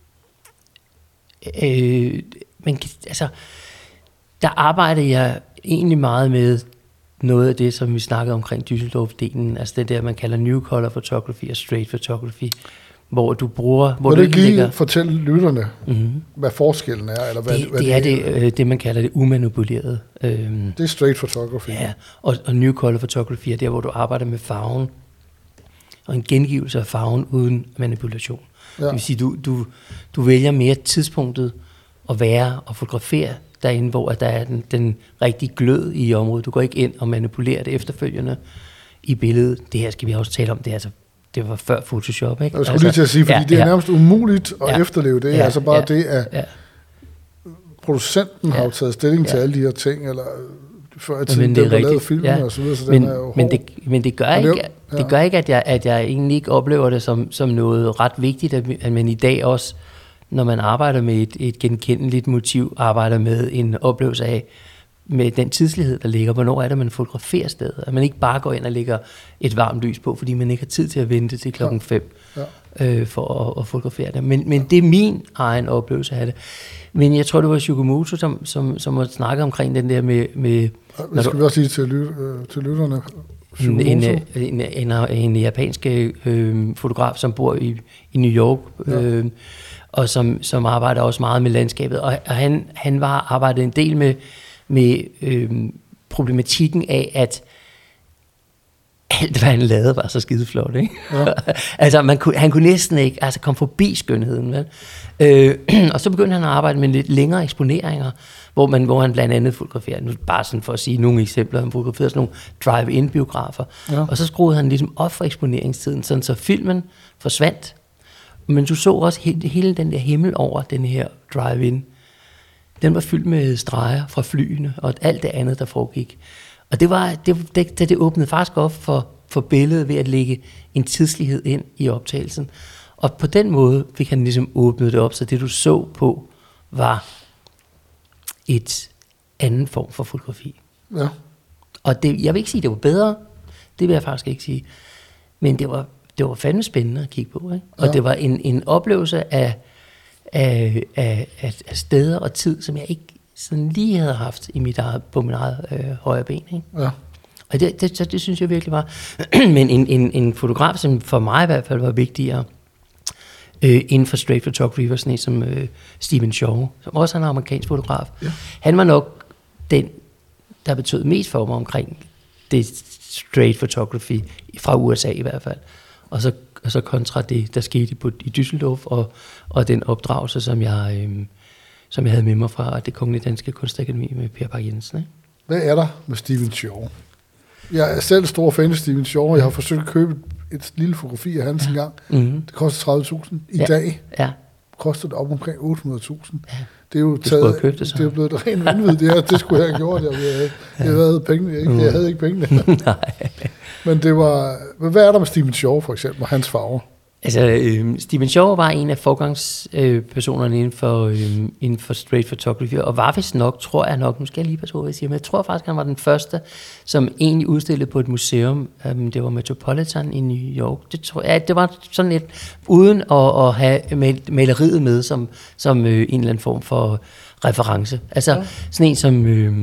øh, man kan, altså, der arbejdede jeg egentlig meget med noget af det, som vi snakkede omkring Düsseldorf-delen, altså det der, man kalder new color photography og straight photography, hvor du bruger... Hvor Må du ikke lige ligger, fortælle lytterne, mm-hmm. hvad forskellen er? Eller hvad, det, hvad det, det er det, øh, det, man kalder det umanipulerede. Øhm, det er straight photography. Ja, og, og new color photography er der, hvor du arbejder med farven, og en gengivelse af farven uden manipulation. Ja. Det vil sige, du, du, du vælger mere tidspunktet at være og fotografere derinde, hvor der er den, den rigtige glød i området. Du går ikke ind og manipulerer det efterfølgende i billedet. Det her skal vi også tale om. Det er altså det var før Photoshop, ikke? Jeg skulle altså, lige til at sige, fordi ja, det er nærmest umuligt at ja, efterleve det. Ja, altså bare ja, det, at ja. producenten ja, har jo taget stilling ja. til alle de her ting, eller før i tiden, der var lavet filmen ja. og så videre, så men, den er jo men det, men det gør ikke, ja. det gør ikke at, jeg, at jeg egentlig ikke oplever det som, som noget ret vigtigt, at, at man i dag også, når man arbejder med et, et genkendeligt motiv, arbejder med en oplevelse af, med den tidslighed, der ligger, hvornår er det, man fotograferer stedet. At man ikke bare går ind og lægger et varmt lys på, fordi man ikke har tid til at vente til klokken fem ja. øh, for at, at fotografere det. Men, men det er min egen oplevelse af det. Men jeg tror, det var Shukomoto, som, som, som har snakket omkring den der med... med Hvad skal du, vi også sige til, ly, øh, til lytterne? En, en, en, en, en japansk øh, fotograf, som bor i, i New York, øh, ja. og som, som arbejder også meget med landskabet. Og, og han, han var arbejdet en del med... med øh, problematikken af, at alt, hvad han lavede, var så skideflot, ikke? Ja. altså, man kunne, han kunne næsten ikke altså, komme forbi skønheden, vel? Øh, og så begyndte han at arbejde med lidt længere eksponeringer, hvor, man, hvor han blandt andet fotograferede, nu bare sådan for at sige nogle eksempler, han fotograferede sådan nogle drive-in-biografer, ja. og så skruede han ligesom op for eksponeringstiden, sådan så filmen forsvandt, men du så også hele, hele den der himmel over den her drive-in. Den var fyldt med streger fra flyene og alt det andet, der foregik. Og det var det, det, det åbnede faktisk op for, for billedet ved at lægge en tidslighed ind i optagelsen. Og på den måde fik han ligesom åbnet det op, så det du så på var et anden form for fotografi. Ja. Og det, jeg vil ikke sige, at det var bedre. Det vil jeg faktisk ikke sige. Men det var, det var fandme spændende at kigge på. Ikke? Og Ja. det var en, en oplevelse af, af, af, af steder og tid, som jeg ikke sådan lige havde haft i mit eget, på mit eget øh, højre ben. Ikke? Ja. Og det, det, det, det synes jeg virkelig var. Men en, en, en fotograf, som for mig i hvert fald var vigtigere, øh, inden for straight photography, var sådan en som øh, Stephen Shaw, som også er en amerikansk fotograf. Ja. Han var nok den, der betød mest for mig omkring det straight photography, fra U S A i hvert fald. Og så, og så kontra det, der skete på, i Düsseldorf, og, og den opdragelse, som jeg, øh, som jeg havde med mig fra det Kongelige Danske Kunstakademi med Per Bak Jensen. Ikke? Hvad er der med Stephen Shaw? Jeg er selv stor fan af Stephen Shaw, og jeg har forsøgt at købe et lille fotografi af hans ja. engang. Mm-hmm. Det koster tredive tusind. I ja. dag ja. koster det op omkring otte hundrede tusind. Ja. Det er jo du taget, købt det, så. det er blevet et rent vanvid. Det, her, det skulle jeg have gjort. Jeg, jeg, jeg, jeg, havde, penge, jeg, jeg havde ikke penge. Nej. Men det var... Hvad er der med Stephen Shaw, for eksempel, og hans farver? Altså, øh, Stephen Shaw var en af forgangspersonerne øh, inden, for, øh, inden for straight photography, og var vist nok, tror jeg nok, nu skal jeg lige passe på, hvad jeg siger, men jeg tror faktisk, han var den første, som egentlig udstillede på et museum. Um, det var Metropolitan i New York. Det, tror jeg, det var sådan lidt, uden at, at have mal- maleriet med, som, som øh, en eller anden form for reference. Altså, ja. sådan en som... Øh,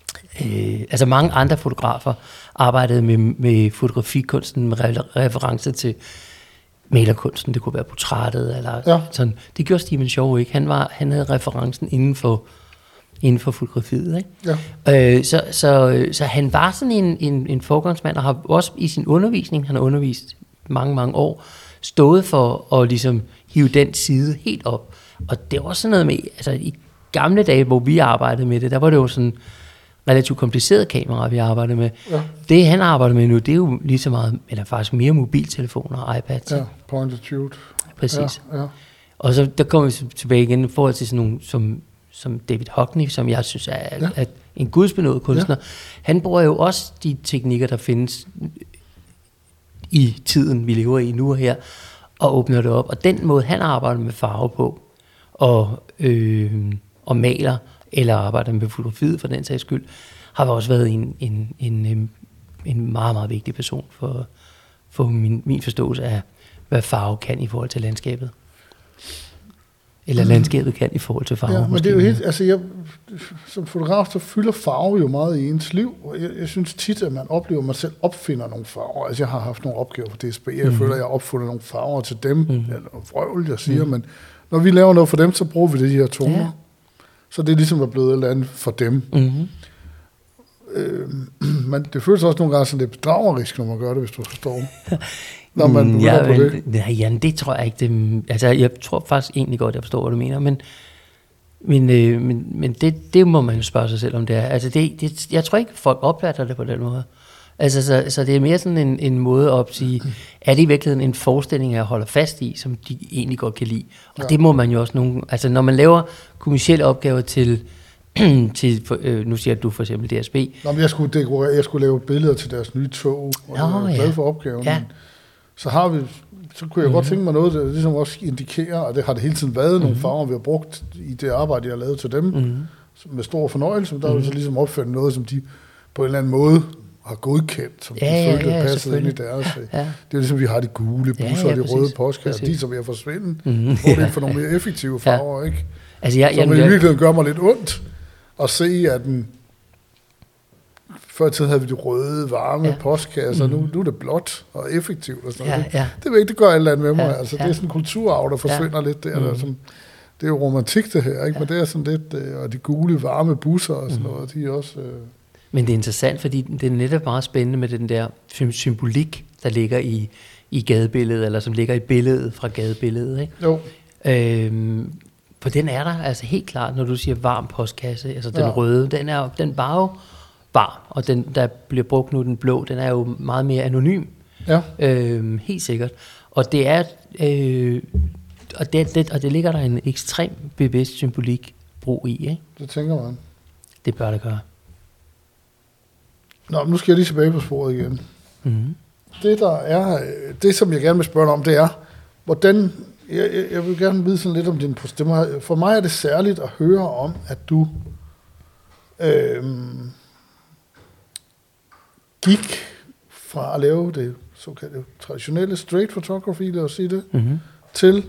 øh, altså, mange andre fotografer arbejdede med, med fotografikunsten med reference til malerkunsten, det kunne være portrættet, eller ja. sådan. Det gjorde Stephen Shaw ikke. Han, var, han havde referencen inden for, inden for fotografiet. Ikke? Ja. Øh, så, så, så han var sådan en, en, en forgangsmand, og har også i sin undervisning, han har undervist mange, mange år, stået for at ligesom hive den side helt op. Og det var også sådan noget med, altså i gamle dage, hvor vi arbejdede med det, der var det jo sådan relativt kompliceret kamera, vi arbejder med. Ja. Det, han arbejder med nu, det er jo lige så meget, eller faktisk mere mobiltelefoner og iPads. Ja, point and shoot. Præcis. Ja, ja. Og så der kommer vi tilbage igen i forhold til sådan nogle, som, som David Hockney, som jeg synes er, ja. er en gudsbenået kunstner. Ja. Han bruger jo også de teknikker, der findes i tiden, vi lever i nu og her, og åbner det op. Og den måde, han arbejder med farve på, og, øh, og maler, eller arbejder med fotografiet for den sags skyld, har også været en, en, en, en meget, meget vigtig person for, for min, min forståelse af, hvad farve kan i forhold til landskabet. Eller mm. landskabet kan i forhold til farve. Ja, men det er jo helt, altså jeg, som fotograf, så fylder farve jo meget i ens liv, og jeg, jeg synes tit, at man oplever, at man selv opfinder nogle farver. Altså jeg har haft nogle opgaver for D S B, jeg mm. føler, at jeg har opfundet nogle farver til dem, mm. eller vrøvl, jeg siger, mm. men når vi laver noget for dem, så bruger vi det, de her toner. Ja. Så det er ligesom at blevet et eller andet for dem. Mm-hmm. Øh, men det føles også nogle gange sådan lidt bedragerisk, når man gør det, hvis du forstår. Når man begynder ja, på men, det. Nej, ja, det tror jeg ikke. Det, altså, jeg tror faktisk egentlig godt, jeg forstår, hvad du mener, men, men, øh, men, men det, det må man jo spørge sig selv om det er. Altså, det, det, jeg tror ikke, folk opfatter det på den måde. Altså, så, så det er mere sådan en, en måde at opsige, er det i virkeligheden en forestilling, jeg holder fast i, som de egentlig godt kan lide. Og ja. det må man jo også nogle... Altså, når man laver kommercielle opgaver til... til øh, nu siger du for eksempel D S B. Nå, men jeg skulle dekorere, jeg skulle lave billeder til deres nye tog, og Nå, jeg var glad ja. for opgaven. Ja. Så har vi... Så kunne jeg mm. godt tænke mig noget, der ligesom også indikerer, og det har det hele tiden været, mm. nogle farver, vi har brugt i det arbejde, jeg har lavet til dem, mm. med stor fornøjelse. Der mm. er så ligesom opført noget, som de på en eller anden måde har godkendt, som ja, de følte, ja, ja, passede ind i deres. Ja, ja. Det er ligesom, vi har de gule busser, ja, ja, de røde postkasser, de som er forsvinde, mm. hvor det er for nogle mere effektive farver, ja. ikke? Altså, jeg, som jamen, i virkeligheden gør mig lidt ondt at se, at den... Før i tiden havde vi de røde, varme ja. postkasser, mm. nu, nu er det blåt og effektivt og sådan noget. Ja, ja. Det, det, det gør et eller andet med mig. Ja, altså, ja. Det er sådan en kulturarv, der forsvinder ja. lidt der. Mm. der som, det er jo romantik, det her, ikke? Ja. Men det er sådan lidt... Og de gule, varme busser og sådan mm. noget, de er også... Øh, Men det er interessant, fordi det er netop meget spændende med den der symbolik, der ligger i, i gadebilledet, eller som ligger i billedet fra gadebilledet. Ikke? Jo. Øhm, for den er der altså helt klart, når du siger varm postkasse, altså den ja. røde, den er den var jo varm, og den, der bliver brugt nu, den blå, den er jo meget mere anonym. Ja. Øhm, helt sikkert. Og det er, øh, og, det, det, og det ligger der en ekstrem bevidst symbolik brug i. Ikke? Det tænker man. Det bør det gøre. Nå, nu skal jeg lige tilbage på sporet igen. Mm-hmm. det der er, det som jeg gerne vil spørge dig om, det er, hvordan, jeg, jeg vil gerne vide sådan lidt om din proces. For mig er det særligt at høre om, at du øh, gik fra at lave det såkaldte traditionelle straight photography, lad os sige det, mm-hmm. til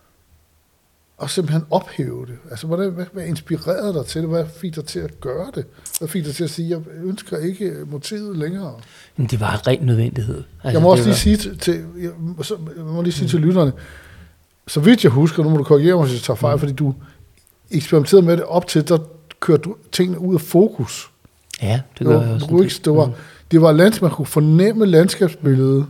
at simpelthen ophæve det. Altså, hvad, hvad, hvad inspirerede dig til det? Hvad fik dig til at gøre det? Hvad fik dig til at sige, jeg ønsker ikke motivet længere? Men det var en ren nødvendighed. Altså, jeg må også lige var... sige til, til, jeg, så, jeg må lige sige mm. til lytterne, så vidt jeg husker, nu må du korrigere mig, hvis jeg tager fejl, mm. fordi du eksperimenterede med det op til, der kørte du tingene ud af fokus. Ja, det gør jeg også. Du, ikke, det var, mm. det var lands, man kunne fornemme landskabsbilledet,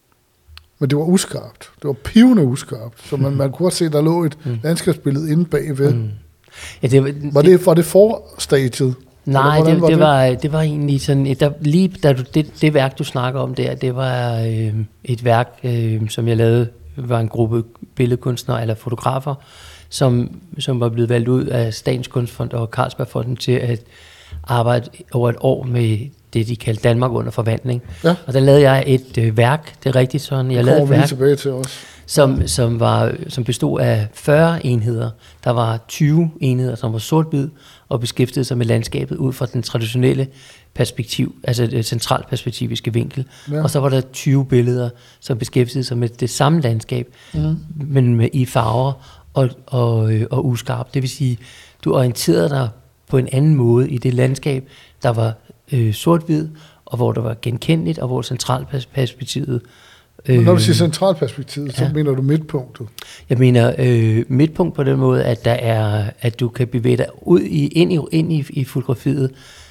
men det var uskarpt. Det var pivende uskarpt. Så man, man kunne også se, der lå et mm. landskabsbillede inde bagved. Mm. Ja, det var, var, det, var det forstadiet? Nej, det, var det, var, det var egentlig sådan, der, lige da du, det, det værk, du snakker om der, det var øh, et værk, øh, som jeg lavede, var en gruppe billedkunstnere eller fotografer, som, som var blevet valgt ud af Statens Kunstfond og Carlsbergfonden til at arbejde over et år med det, de kaldte Danmark under forvandling. Ja. Og der lavede jeg et øh, værk, det er rigtigt sådan. Jeg lavede et værk, tilbage til os. Som, som, var, som bestod af fyrre enheder. Der var tyve enheder, som var sort-hvid og beskæftigede sig med landskabet ud fra den traditionelle perspektiv, altså det centralt perspektiviske vinkel. Ja. Og så var der tyve billeder, som beskæftigede sig med det samme landskab, mm. men med, i farver og, og, og uskarpt. Det vil sige, du orienterede dig på en anden måde i det landskab, der var øh, sort-hvid, og hvor der var genkendeligt, og hvor centralperspektivet... Øh, Når du siger centralperspektivet, så ja. mener du midtpunktet? Jeg mener øh, midtpunkt på den måde, at der er, at du kan bevæge dig ud i, ind i, ind i, i fotografiet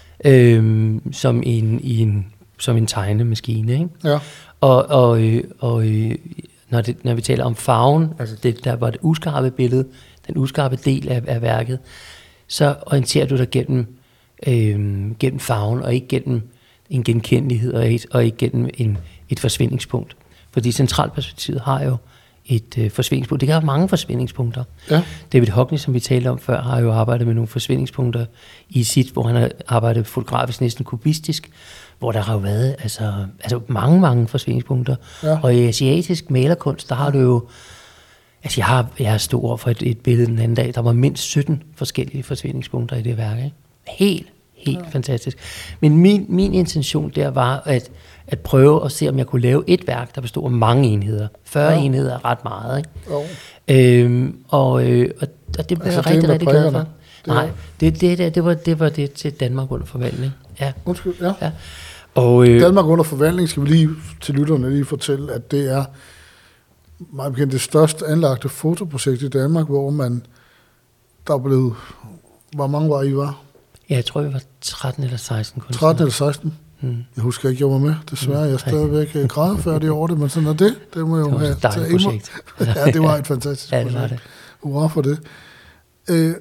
øh, som, en, i en, som en tegnemaskine. Ikke? Ja. Og, og, øh, og øh, når, det, når vi taler om farven, altså det, der var det uskarpe billede, den uskarpe del af, af værket, så orienterer du dig gennem, øh, gennem farven, og ikke gennem en genkendelighed, og ikke, og ikke gennem en, et forsvindingspunkt. Fordi centralperspektivet har jo et øh, forsvindingspunkt. Det kan have mange forsvindingspunkter. Ja. David Hockney, som vi talte om før, har jo arbejdet med nogle forsvindingspunkter i sit, hvor han har arbejdet fotografisk næsten kubistisk, hvor der har jo været altså, altså mange, mange forsvindingspunkter. Ja. Og i asiatisk malerkunst, der har du jo... Altså, jeg har, jeg har stået over for et, et billede den anden dag, der var mindst sytten forskellige forsvindingspunkter i det værk. Ikke? Helt, helt ja. fantastisk. Men min, min intention der var at, at prøve at se, om jeg kunne lave et værk, der bestod af mange enheder. fyrre ja. enheder er ret meget. Ikke? Øhm, og, øh, og, og det blev altså, jeg rigtig, rigtig glad for. Det Nej, det, det, det, det, var, det var det til Danmark under forvandling. Ja. Undskyld, ja. ja. Og, øh, Danmark under forvandling skal vi lige til lytterne lige fortælle, at det er meget bekendt det største anlagte fotoprojekt i Danmark, hvor man, der blev, hvor mange var I var? Ja, jeg tror, vi var tretten eller seksten kunstnere. tretten eller seksten? Hmm. Jeg husker ikke, jeg var med. Desværre, jeg er stadigvæk grædefærdig over det, men sådan er det. Det må jeg jo have taget projekt. Ja, det var et fantastisk ja, projekt. Det var det. Hurra for det. Øh,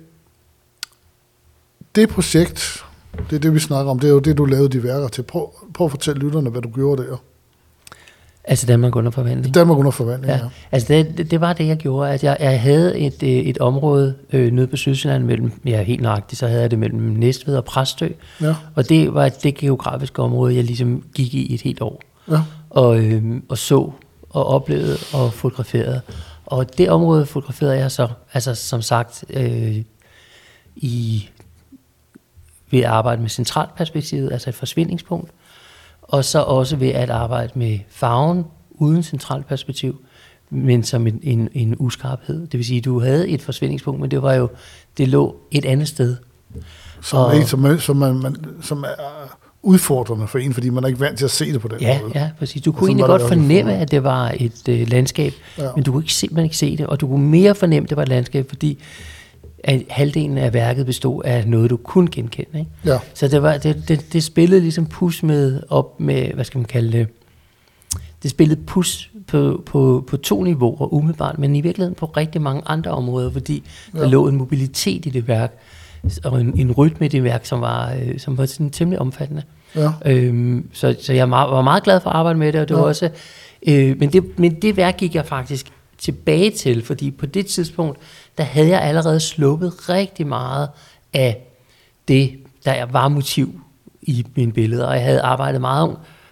det projekt, det er det, vi snakker om, det er jo det, du lavede de værker til. Prøv, prøv at fortælle lytterne, hvad du gjorde der. Altså Danmark under forvandling? Danmark under forvandling, ja. ja. Altså det, det, det var det, jeg gjorde. At jeg, jeg havde et, et område øh, nede på Sydsjælland mellem, ja helt nøjagtigt, så havde jeg det mellem Næstved og Præstø. Ja. Og det var det geografiske område, jeg ligesom gik i et helt år. Ja. Og, øh, og så, og oplevede, og fotograferede. Og det område fotograferede jeg så, altså som sagt, øh, i, ved at arbejde med centralperspektivet, altså et forsvindingspunkt. Og så også ved at arbejde med farven uden centralperspektiv, men som en, en, en uskarphed. Det vil sige, at du havde et forsvindingspunkt, men det var jo, det lå et andet sted. Som, og, er, som, er, som, man, man, som er udfordrende for en, fordi man er ikke vant til at se det på den ja, måde. Ja, præcis. Du kunne egentlig godt fornemme, at det var et øh, landskab, ja. men du kunne ikke simpelthen ikke se det, og du kunne mere fornemme, at det var et landskab, fordi at halvdelen af værket bestod af noget, du kunne genkende. Ikke? Ja. Så det, var, det, det, det spillede ligesom pus med op med, hvad skal man kalde det, det spillede pus på, på, på to niveauer umiddelbart, men i virkeligheden på rigtig mange andre områder, fordi ja. der lå en mobilitet i det værk, og en, en rytme i det værk, som var, øh, som var sådan temmelig omfattende. Ja. Øhm, så, så jeg var meget glad for at arbejde med det, og det ja. var også, øh, men, det, men det værk gik jeg faktisk tilbage til, fordi på det tidspunkt, der havde jeg allerede sluppet rigtig meget af det, der var motiv i mine billeder, og jeg havde arbejdet meget,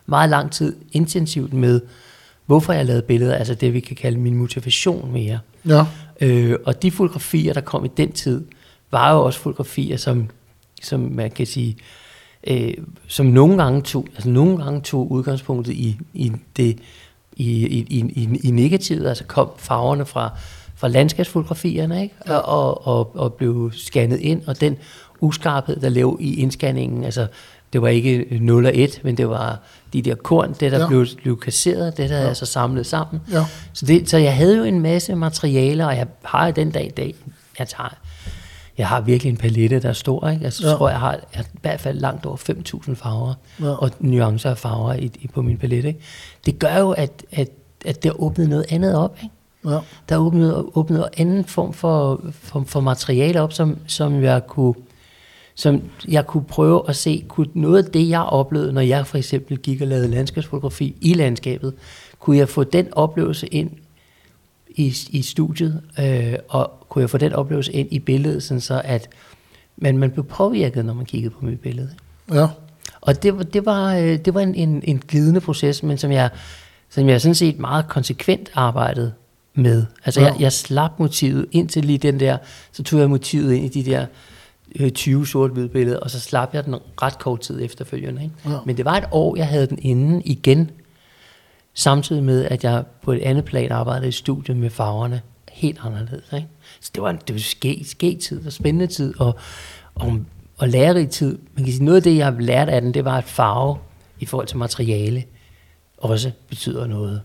meget lang tid intensivt med, hvorfor jeg lavede billeder, altså det, vi kan kalde min motivation mere. Ja. Øh, og de fotografier, der kom i den tid, var jo også fotografier, som, som man kan sige, øh, som nogle gange tog, altså nogle gange tog udgangspunktet i, i det, i, i, i, i negativet, altså kom farverne fra, fra landskabsfotografierne, ikke? Ja. Og, og, og blev scannet ind, og den uskarphed, der lå i indscanningen, altså det var ikke nul og et, men det var de der korn, det der ja. blev, blev kasseret, det der ja. altså samlet sammen. Ja. Så, det, så jeg havde jo en masse materialer, og jeg har den dag i dag, jeg tager, jeg har virkelig en palette, der er stor, ikke? Altså, ja. tror jeg har jeg, i hvert fald langt over fem tusind farver, ja. og nuancer af farver i, i, på min palette, ikke? Det gør jo, at, at, at det har åbnet noget andet op, ikke? Ja. Der er åbnet, åbnet en anden form for, for, for materiale op, som, som jeg kunne som jeg kunne prøve at se, kunne noget af det, jeg oplevede, når jeg for eksempel gik og lavede landskabsfotografi i landskabet, kunne jeg få den oplevelse ind i, i studiet, øh, og kunne jeg få den oplevelse ind i billedet, sådan så at man, man blev påvirket, når man kiggede på mit billede. Ja. Og det, det var, det var en, en, en glidende proces, men som jeg, som jeg sådan set meget konsekvent arbejdede med. Altså ja. jeg, jeg slap motivet indtil lige den der, så tog jeg motivet ind i de der tyve sort-hvide billeder, og så slap jeg den ret kort tid efterfølgende. Ikke? Ja. Men det var et år, jeg havde den inde igen, samtidig med, at jeg på et andet plan arbejdede i studiet med farverne helt anderledes. Ikke? Så det var, det var ske, ske-tid og spændende tid, og, og, og lærerig tid. Man kan sige, noget af det, jeg har lært af den, det var, at farve i forhold til materiale også betyder noget.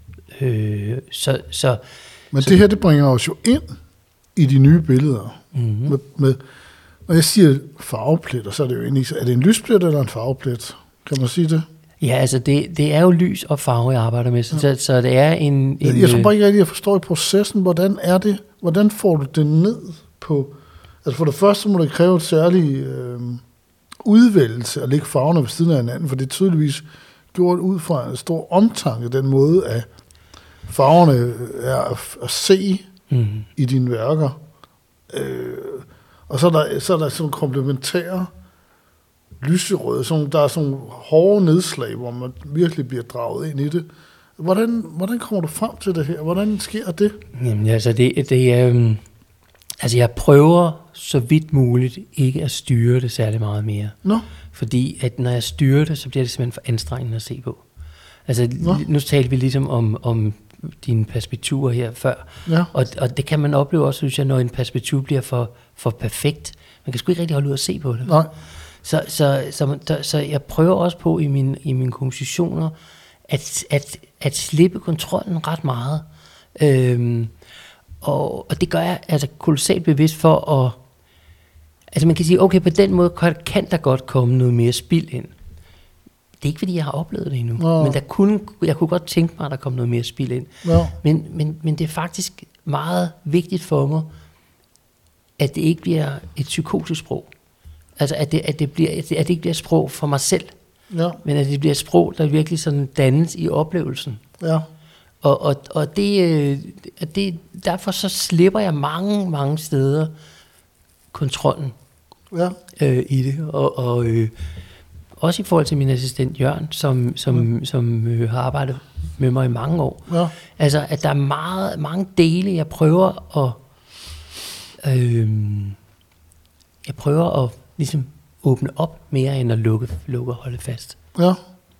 Øh, så, så, Men så, det her, det bringer os jo ind i de nye billeder. Mm-hmm. Med, med, når jeg siger farvepletter, så er det jo egentlig, er det en lysplet eller en farveplet? Kan man sige det? Ja, altså det, det er jo lys og farve, jeg arbejder med, så, ja. så det er en... en jeg, jeg tror bare ikke rigtig, at jeg forstår i processen, hvordan er det, hvordan får du det ned på... Altså for det første må det kræve et særligt øh, udvælgelse at lægge farverne ved siden af hinanden, for det er tydeligvis gjort ud fra en stor omtanke, den måde, at farverne er at, at se mm. i dine værker. Øh, og så er der, så er der sådan komplementære lyserøde, sådan, der er sådan hårde nedslag, hvor man virkelig bliver draget ind i det. Hvordan, hvordan kommer du frem til det her? Hvordan sker det? Jamen altså, det, det er... Um, altså jeg prøver så vidt muligt ikke at styre det særlig meget mere. Nå. Fordi at når jeg styrer det, så bliver det simpelthen for anstrengende at se på. Altså Nå. nu talte vi ligesom om, om dine perspektiver her før. Ja. Og, og det kan man opleve også, synes jeg, når en perspektiv bliver for, for perfekt. Man kan sgu ikke rigtig holde ud at se på det. Nej. Så, så, så, så, så jeg prøver også på i, min, i mine kompositioner at, at, at slippe kontrollen ret meget. Øhm, og, og det gør jeg altså kolossalt bevidst for at... Altså man kan sige, okay, på den måde kan, kan der godt komme noget mere spild ind. Det er ikke, fordi jeg har oplevet det endnu. Ja. Men der kunne, jeg kunne godt tænke mig, at der kom noget mere spild ind. Ja. Men, men, men det er faktisk meget vigtigt for mig, at det ikke bliver et psykotisk sprog. Altså at det, at det, bliver, at det, at det ikke bliver sprog for mig selv. Ja. Men at det bliver sprog, der virkelig sådan dannes i oplevelsen. Ja. Og, og, og det, det, derfor så slipper jeg mange, mange steder kontrollen ja. øh, i det. Og, og øh, også i forhold til min assistent Jørgen, som, som, mm. som øh, har arbejdet med mig i mange år. Ja. Altså, at der er meget, mange dele, jeg prøver at øh, jeg prøver at ligesom åbne op mere, end at lukke, lukke og holde fast. Ja.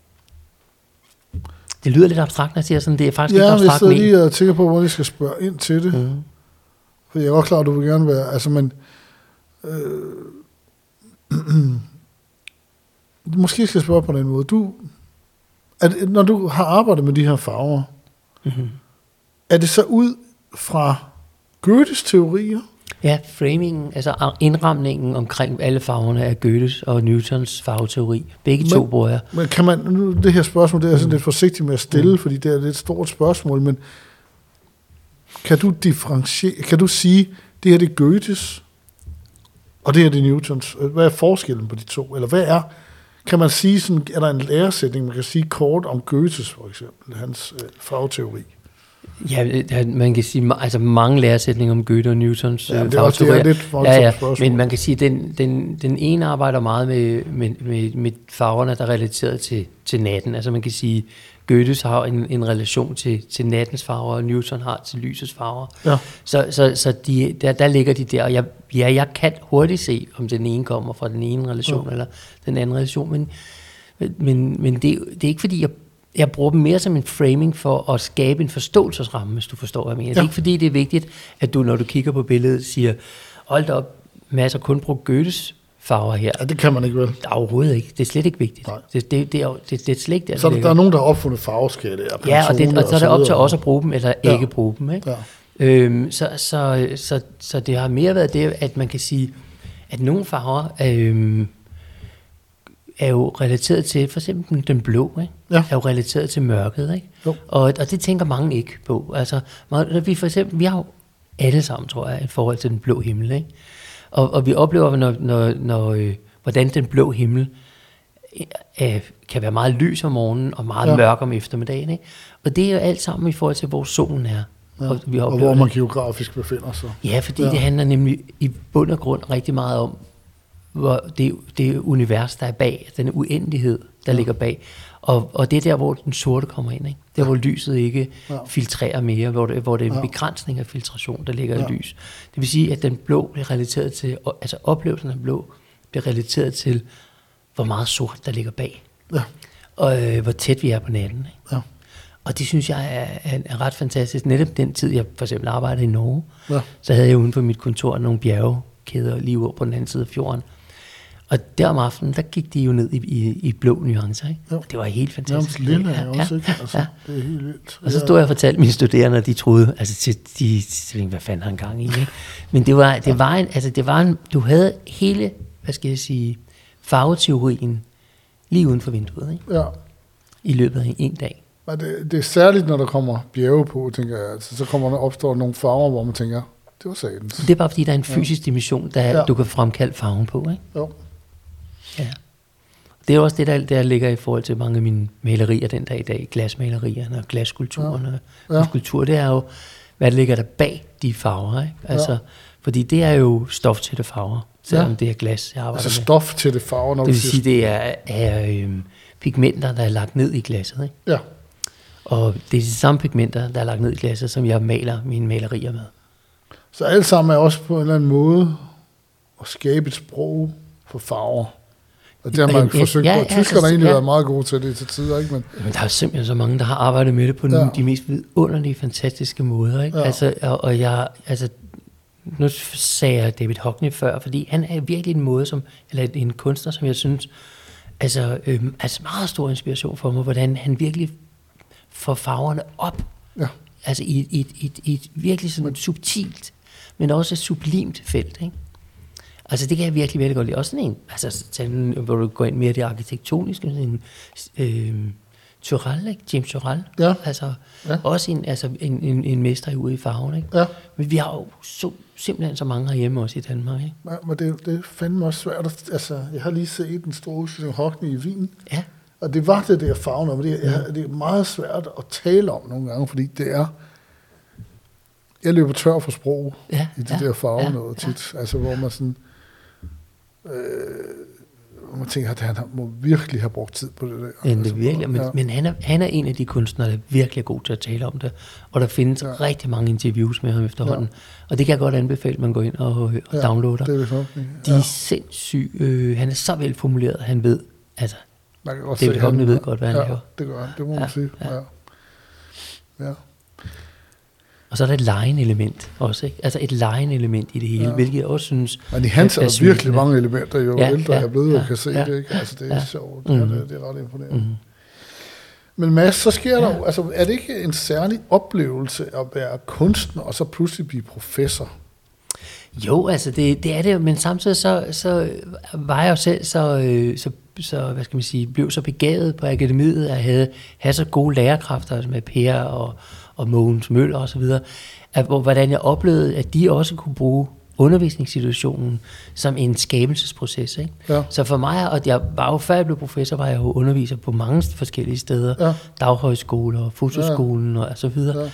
Det lyder lidt abstrakt, når jeg siger sådan, det er faktisk ja, ikke abstrakt. Ja, hvis jeg lige er tænker på, hvordan jeg skal spørge ind til det. Mm. For jeg er godt klar, at du vil gerne være, altså men, øh, måske skal jeg spørge på den måde. Du, at, når du har arbejdet med de her farver, mm-hmm. er det så ud fra Goethes teorier? Ja, framingen, altså indramningen omkring alle farverne af Goethes og Newtons farveteori. Begge men, to bruger jeg. Men kan man, nu det her spørgsmål, det er jeg sådan mm. lidt forsigtig med at stille, mm. fordi det er et lidt stort spørgsmål, men kan du differentiere, kan du sige, det her det er Goethes, og det her det er Newtons? Hvad er forskellen på de to? Eller hvad er, kan man sige sådan, er der en læresætning, man kan sige kort om Goethes for eksempel, hans øh, farveteori? Ja, man kan sige, altså mange læresætninger om Goethe og Newtons ja, det er også det er lidt ja, ja, men man kan sige, at den, den, den ene arbejder meget med, med, med, med farverne, der er relateret til, til natten. Altså man kan sige, Goethes har en, en relation til, til nattens farver, og Newton har til lysets farver. Ja. Så, så, så de, der, der ligger de der, og jeg, ja, jeg kan hurtigt se, om den ene kommer fra den ene relation, ja. eller den anden relation, men, men, men det, det er ikke fordi, jeg Jeg bruger dem mere som en framing for at skabe en forståelsesramme, hvis du forstår, hvad jeg mener. Ja. Det er ikke fordi, det er vigtigt, at du, når du kigger på billedet, siger, hold da op, masser kun bruge Goethes farver her. Ja, det kan man ikke vel? Overhovedet ikke. Det er slet ikke vigtigt. Det, det, det, er, det, det er slet ikke der, så der, der er nogen, der har opfundet farveskala. Ja, og, det, og så er det op til os at bruge dem, eller ja. ikke bruge dem. Ikke? Ja. Øhm, så, så, så, så det har mere været det, at man kan sige, at nogle farver øhm, er jo relateret til, for eksempel den blå, ikke? Ja. Er jo relateret til mørket, ikke? Og, og det tænker mange ikke på. Altså, vi for eksempel, vi har jo alle sammen, tror jeg, et forhold til den blå himmel, ikke? Og, og vi oplever, når, når, når, øh, hvordan den blå himmel øh, kan være meget lys om morgenen, og meget ja. mørk om eftermiddagen, ikke? Og det er jo alt sammen i forhold til, hvor solen er. Ja. Og, vi og hvor man geografisk befinder sig. Ja, fordi ja. det handler nemlig i bund og grund rigtig meget om, hvor det, det univers, der er bag, den uendelighed, der ja. ligger bag. Og, og det er der, hvor den sorte kommer ind, ikke? Der, ja. hvor lyset ikke ja. filtrerer mere, hvor det, hvor det er en ja. begrænsning af filtration, der ligger ja. i lys. Det vil sige, at den blå bliver relateret til, altså oplevelsen af blå, bliver relateret til, hvor meget sort, der ligger bag. Ja. Og øh, hvor tæt vi er på natten, ikke? Ja. Og det synes jeg er, er, er ret fantastisk. Netop den tid, jeg for eksempel arbejdede i Norge, ja. så havde jeg uden for mit kontor nogle bjergkæder lige over på den anden side af fjorden. Og der om aftenen, der gik de jo ned i, i, i blå nuancer, ikke? Ja. Det var helt fantastisk. Ja, lille er også, ikke? Altså, ja. Det er helt vildt. Og så stod jeg og fortalte mine studerende, at de troede, altså til, de, de, hvad fanden har han gang i, ikke? Men det var, det var en, altså det var en, du havde hele, hvad skal jeg sige, farveteorien lige uden for vinduet, ikke? Ja. I løbet af en dag. Men det, det er særligt, når der kommer bjerge på, tænker jeg. Altså, så kommer der opstår nogle farver, hvor man tænker, det var satans. Det er bare fordi, der er en fysisk ja. dimension, der ja. du kan fremkalde farven på, ikke? Jo. Ja. Det er også det, der, der ligger i forhold til mange af mine malerier den dag i dag, glasmalerierne og glasskulpturerne. Ja. Ja. Skulptur, det er jo, hvad der ligger der bag de farver, ikke? Altså, ja. Fordi det er jo stoftætte farver, selvom ja. det er glas, jeg arbejder altså med. stoftætte farver, når det vil sige, det er, er øhm, pigmenter, der er lagt ned i glasset, ikke? Ja. Og det er de samme pigmenter, der er lagt ned i glasset, som jeg maler mine malerier med. Så alt sammen er også på en eller anden måde at skabe et sprog for farver. Og det har man ja, forsøgt ja, på. Tyskerne altså, har egentlig ja. været meget gode til det til tider, ikke? Men, Men der er simpelthen så mange, der har arbejdet med det på ja. nogle af de mest vidunderlige, fantastiske måder, ikke? Ja. Altså, og, og jeg, altså, nu sagde jeg David Hockney før, fordi han er virkelig en måde, som, eller en kunstner, som jeg synes, altså, øhm, altså meget stor inspiration for mig, hvordan han virkelig får farverne op. Ja. Altså i, i, i, i et virkelig sådan subtilt, men også et sublimt felt, ikke? Altså det kan jeg virkelig, virkelig godt lide. Også sådan en, altså sådan, hvor du går ind mere i det arkitektoniske, en øh, Turell, ikke? James Turell. Ja. Altså ja. også en, altså en, en, en mester ude i farven, ikke? Ja. Men vi har jo så, simpelthen så mange herhjemme også i Danmark, ikke? Ja, men det, det er fandme også svært. At, altså, jeg har lige set en stor udstilling Hockney i Wien. Ja. Og det var det der farven, men det, ja. det er meget svært at tale om nogle gange, fordi det er, jeg løber tør for sprog ja, i de ja, der farver ja, noget tit, ja. altså hvor man sådan, øh, man tænker, at han må virkelig have brugt tid på det der. Ja, altså, det virkelig, men, ja. men han, er, han er en af de kunstnere, der virkelig er god til at tale om det, og der findes ja. rigtig mange interviews med ham efterhånden, ja. og det kan jeg godt anbefale, at man går ind og, og ja, downloader. Det er det ja. De er sindssygt, øh, han er så velformuleret, han ved, altså, David Hockney ved godt, hvad han ja, laver. det gør han, det må ja, man sige. Ja. Ja. Ja. Og så er der et line-element også, ikke? Altså et line-element i det hele, ja. hvilket jeg også synes... Men i hans er der virkelig mange elementer, jo ja, ældre ja, jeg er blevet, ja, og kan se ja, det, ikke? Altså det er ja. sjovt, mm-hmm. det, er, det er ret imponerende. Mm-hmm. Men Mads, så sker ja. der jo, altså er det ikke en særlig oplevelse at være kunstner, og så pludselig blive professor? Jo, altså det, det er det, men samtidig så, så var jeg jo selv så, øh, så, så, hvad skal man sige, blev så begavet på akademiet, at have, have så gode lærerkræfter, altså med Per og, og Mogens Møller og så videre, at, hvor, hvordan jeg oplevede, at de også kunne bruge undervisningssituationen som en skabelsesproces, ikke? Ja. Så for mig, og jeg var jo før jeg blev professor, var jeg jo underviser på mange forskellige steder, ja. Daghøjskoler, fotoskolen ja. og så videre. Ja.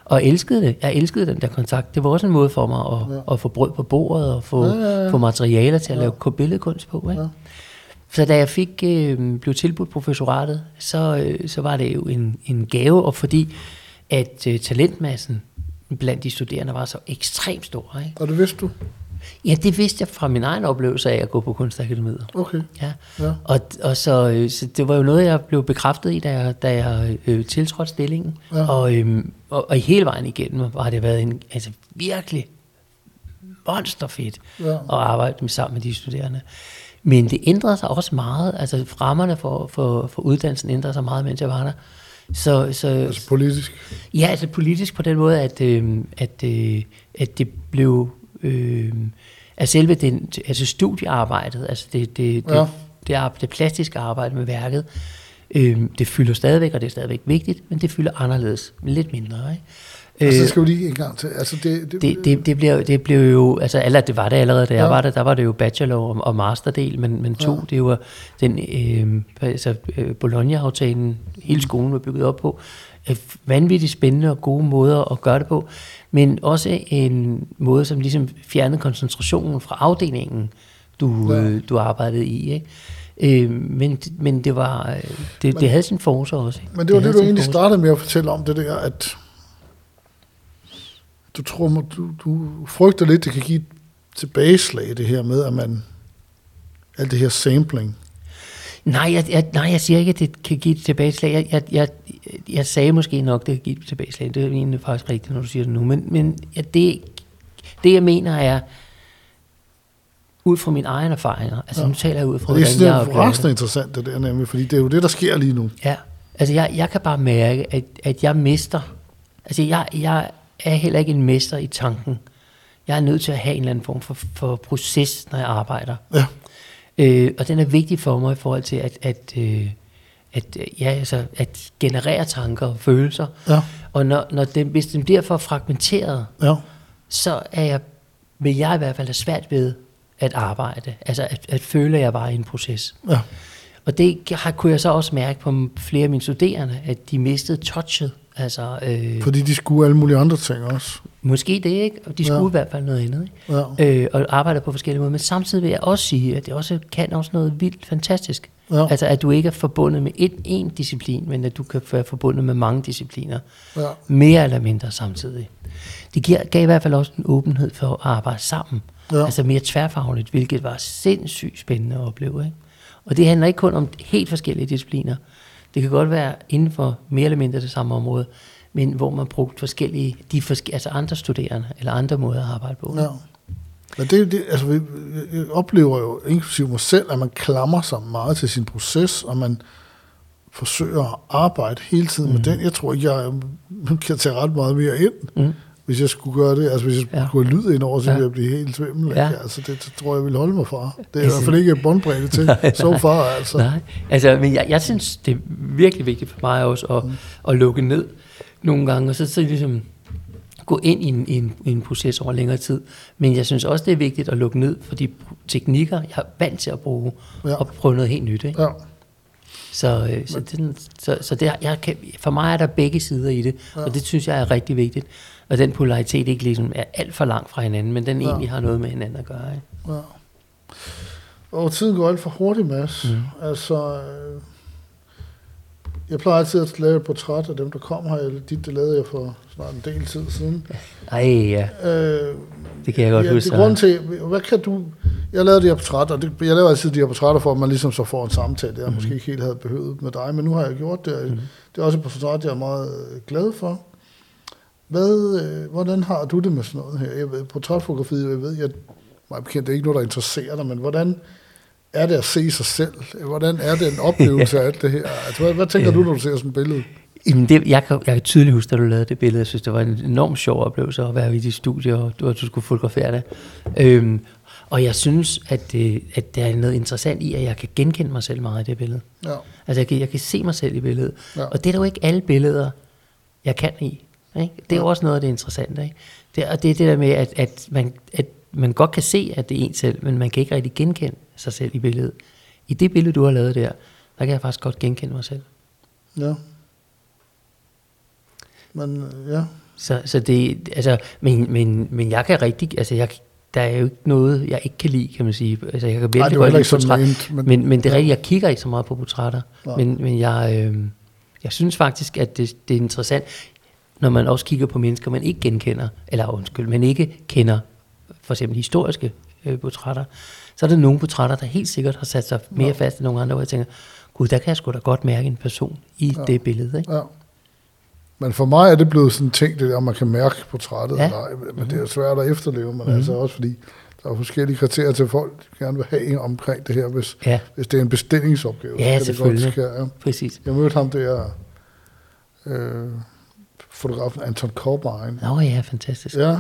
og elskede det. Jeg elskede den der kontakt. Det var også en måde for mig at, ja. at få brød på bordet, og få, ja, ja, ja. få materialer til at ja. lave billedkunst på. Ikke? Ja. Så da jeg fik, øh, blev tilbudt professoratet, så, øh, så var det jo en, en gave, og fordi at øh, talentmassen blandt de studerende var så ekstremt stor. Ikke? Og det vidste du? Ja, det vidste jeg fra min egen oplevelse af at gå på Kunstakademiet. Okay. Ja. Ja. Og, og så, øh, så det var jo noget, jeg blev bekræftet i, da jeg, da jeg øh, tiltrådte stillingen. Ja. Og, øh, og, og hele vejen igennem har det været en altså, virkelig monsterfedt ja. at arbejde med, sammen med de studerende. Men det ændrede sig også meget. Altså rammerne for, for, for uddannelsen ændrede sig meget, mens jeg var der. Så, så, altså politisk? Ja, altså politisk på den måde, at, øh, at, øh, at det blev... Øh, at selve den, altså studiearbejdet, altså det, det, det, ja. det, det, det plastiske arbejde med værket, øh, det fylder stadigvæk, og det er stadigvæk vigtigt, men det fylder anderledes, lidt mindre. Ikke? Og så skal vi lige en gang til. Altså det, det, det, det, det, blev, det blev jo, altså eller det var det allerede, da jeg ja. var der, der var det jo bachelor og, og masterdel, men, men to, ja. det var den øh, altså Bologna-aftalen, hele skolen var bygget op på, vanvittigt spændende og gode måder at gøre det på, men også en måde, som ligesom fjernede koncentrationen fra afdelingen, du, ja. øh, du arbejdede i, ikke? Øh, men, men det var det, men, det havde sin force også. Ikke? Men det var det, det du egentlig startede med at fortælle om, det der, at du tror, du, du frygter lidt, det kan give et tilbageslag, det her med, at man alt det her sampling. Nej, jeg, jeg, nej, jeg siger ikke, at det kan give et tilbageslag. Jeg, jeg, jeg, jeg sagde måske nok, at det kan give et tilbageslag. Det er egentlig faktisk rigtigt, når du siger det nu. Men, men ja, det, det, jeg mener, er ud fra mine egne erfaringer. Altså, ja. nu taler jeg ud fra, hvordan jeg oplever det. Det er resten interessant, det der nemlig, fordi det er jo det, der sker lige nu. Ja, altså jeg, jeg kan bare mærke, at, at jeg mister. Altså, jeg, jeg er heller ikke en mester i tanken. Jeg er nødt til at have en eller anden form for, for proces, når jeg arbejder. Ja. Øh, og den er vigtig for mig i forhold til at, at, øh, at, ja, altså, at generere tanker og følelser. Ja. Og når, når det, hvis den bliver for fragmenteret, ja. så er jeg, vil jeg i hvert fald have svært ved at arbejde. Altså at, at føle, at jeg var i en proces. Ja. Og det har, kunne jeg så også mærke på flere af mine studerende, at de mistede touchet. Altså, øh, fordi de skulle alle mulige andre ting også. Måske det, ikke? Og de skulle ja. i hvert fald noget andet. Ikke? Ja. Øh, og arbejder på forskellige måder. Men samtidig vil jeg også sige, at det også kan også noget vildt fantastisk. Ja. Altså, at du ikke er forbundet med et, en disciplin, men at du kan være forbundet med mange discipliner. Ja. Mere eller mindre samtidig. Det giver, gav i hvert fald også en åbenhed for at arbejde sammen. Ja. Altså mere tværfagligt, hvilket var sindssygt spændende at opleve. Ikke? Og det handler ikke kun om helt forskellige discipliner. Det kan godt være inden for mere eller mindre det samme område, men hvor man brugte forskellige, de forske, altså andre studerende, eller andre måder at arbejde på. Ja. Men det, det, altså, jeg oplever jo, inklusive mig selv, at man klamrer sig meget til sin proces, og man forsøger at arbejde hele tiden mm. med den. Jeg tror ikke, jeg kan tage ret meget mere ind, mm. hvis jeg skulle gøre det. Altså, hvis jeg ja. skulle have lyd ind over, så ville ja. jeg blive helt svimmel. Ja. Altså, det, det tror jeg, jeg ville holde mig fra. Det er altså, i hvert fald ikke båndbredde til, så far, altså. Nej, altså, men jeg, jeg synes, det er virkelig vigtigt for mig også at, mm. at lukke ned nogle gange, og så, så ligesom gå ind i en, i, en, i en proces over længere tid. Men jeg synes også, det er vigtigt at lukke ned for de teknikker, jeg er vant til at bruge, ja. og prøve noget helt nyt. Ikke? Ja. Så, øh, så, det, så, så det, jeg kan, for mig er der begge sider i det, ja. og det synes jeg er rigtig vigtigt. Og den polaritet ikke ligesom er alt for langt fra hinanden, men den ja. egentlig har noget med hinanden at gøre. Ikke? Ja. Og tiden går alt for hurtigt, Mads. Mm. Altså, øh, jeg plejer altid at lave et portræt af dem, der kom her. Dit, det lavede jeg for snart en del tid siden. Ej, ja. Øh, det kan jeg godt ja, huske. Det er grund til, hvad kan du... Jeg lavede de her portrætter, og det, jeg laver altid de her portrætter for, at man ligesom så får en samtale, jeg mm-hmm. måske ikke helt havde behøvet med dig, men nu har jeg gjort det. Mm-hmm. Det er også et portræt, jeg er meget glad for. Hvad, øh, hvordan har du det med sådan noget her? Jeg ved, portrætfotografiet, jeg ved, jeg meget bekendt, det er ikke noget, der interesserer dig, men hvordan er det at se sig selv? Hvordan er det en oplevelse af alt det her? Altså, hvad, hvad tænker ja. du, når du ser sådan et billede? Jamen det, jeg, kan, jeg kan tydeligt huske, da du lavede det billede. Jeg synes, det var en enormt sjov oplevelse at være i dit studie, og du, at du skulle fotografere det. Øhm, og jeg synes, at det, at der er noget interessant i, at jeg kan genkende mig selv meget i det billede. Ja. Altså, jeg kan, jeg kan se mig selv i billedet. Ja. Og det er der jo ikke alle billeder, jeg kan i. Ikke? Det er jo også noget af det interessante. Ikke? Det, og det er det der med, at, at, man, at man godt kan se, at det er en selv, men man kan ikke rigtig genkende sig selv i billedet. I det billede, du har lavet der, der kan jeg faktisk godt genkende mig selv. Ja. Men ja. Så, så det, altså, men, men, men jeg kan rigtig, altså jeg, der er jo ikke noget, jeg ikke kan lide, kan man sige. Altså jeg kan virkelig godt lide portrætter, men, men, men det er rigtigt, jeg kigger ikke så meget på portrætter. Men, men jeg, øh, jeg synes faktisk, at det, det er interessant, når man også kigger på mennesker, man ikke genkender, eller undskyld, man ikke kender, for eksempel historiske øh, portrætter, så er der nogle portrætter, der helt sikkert har sat sig mere ja. fast end nogle andre, hvor jeg tænker, gud, der kan jeg sgu da godt mærke en person i ja. det billede, ikke? Ja. Men for mig er det blevet sådan en ting, det der, man kan mærke portrættet, ja. eller ej, men det er svært at efterleve, men mm-hmm. altså også fordi, der er forskellige kriterier til folk, der gerne vil have omkring det her, hvis, ja. hvis det er en bestillingsopgave. Ja, så selvfølgelig. Det godt ske, ja. Præcis. Jeg mødte ham der, øh, fotografen Anton Corbijn. Nå ja, fantastisk. Ja,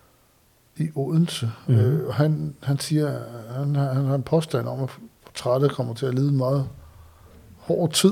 i Odense. Mm-hmm. Øh, han, han siger, han, han har en påstand om, at portrættet kommer til at lide en meget hård tid.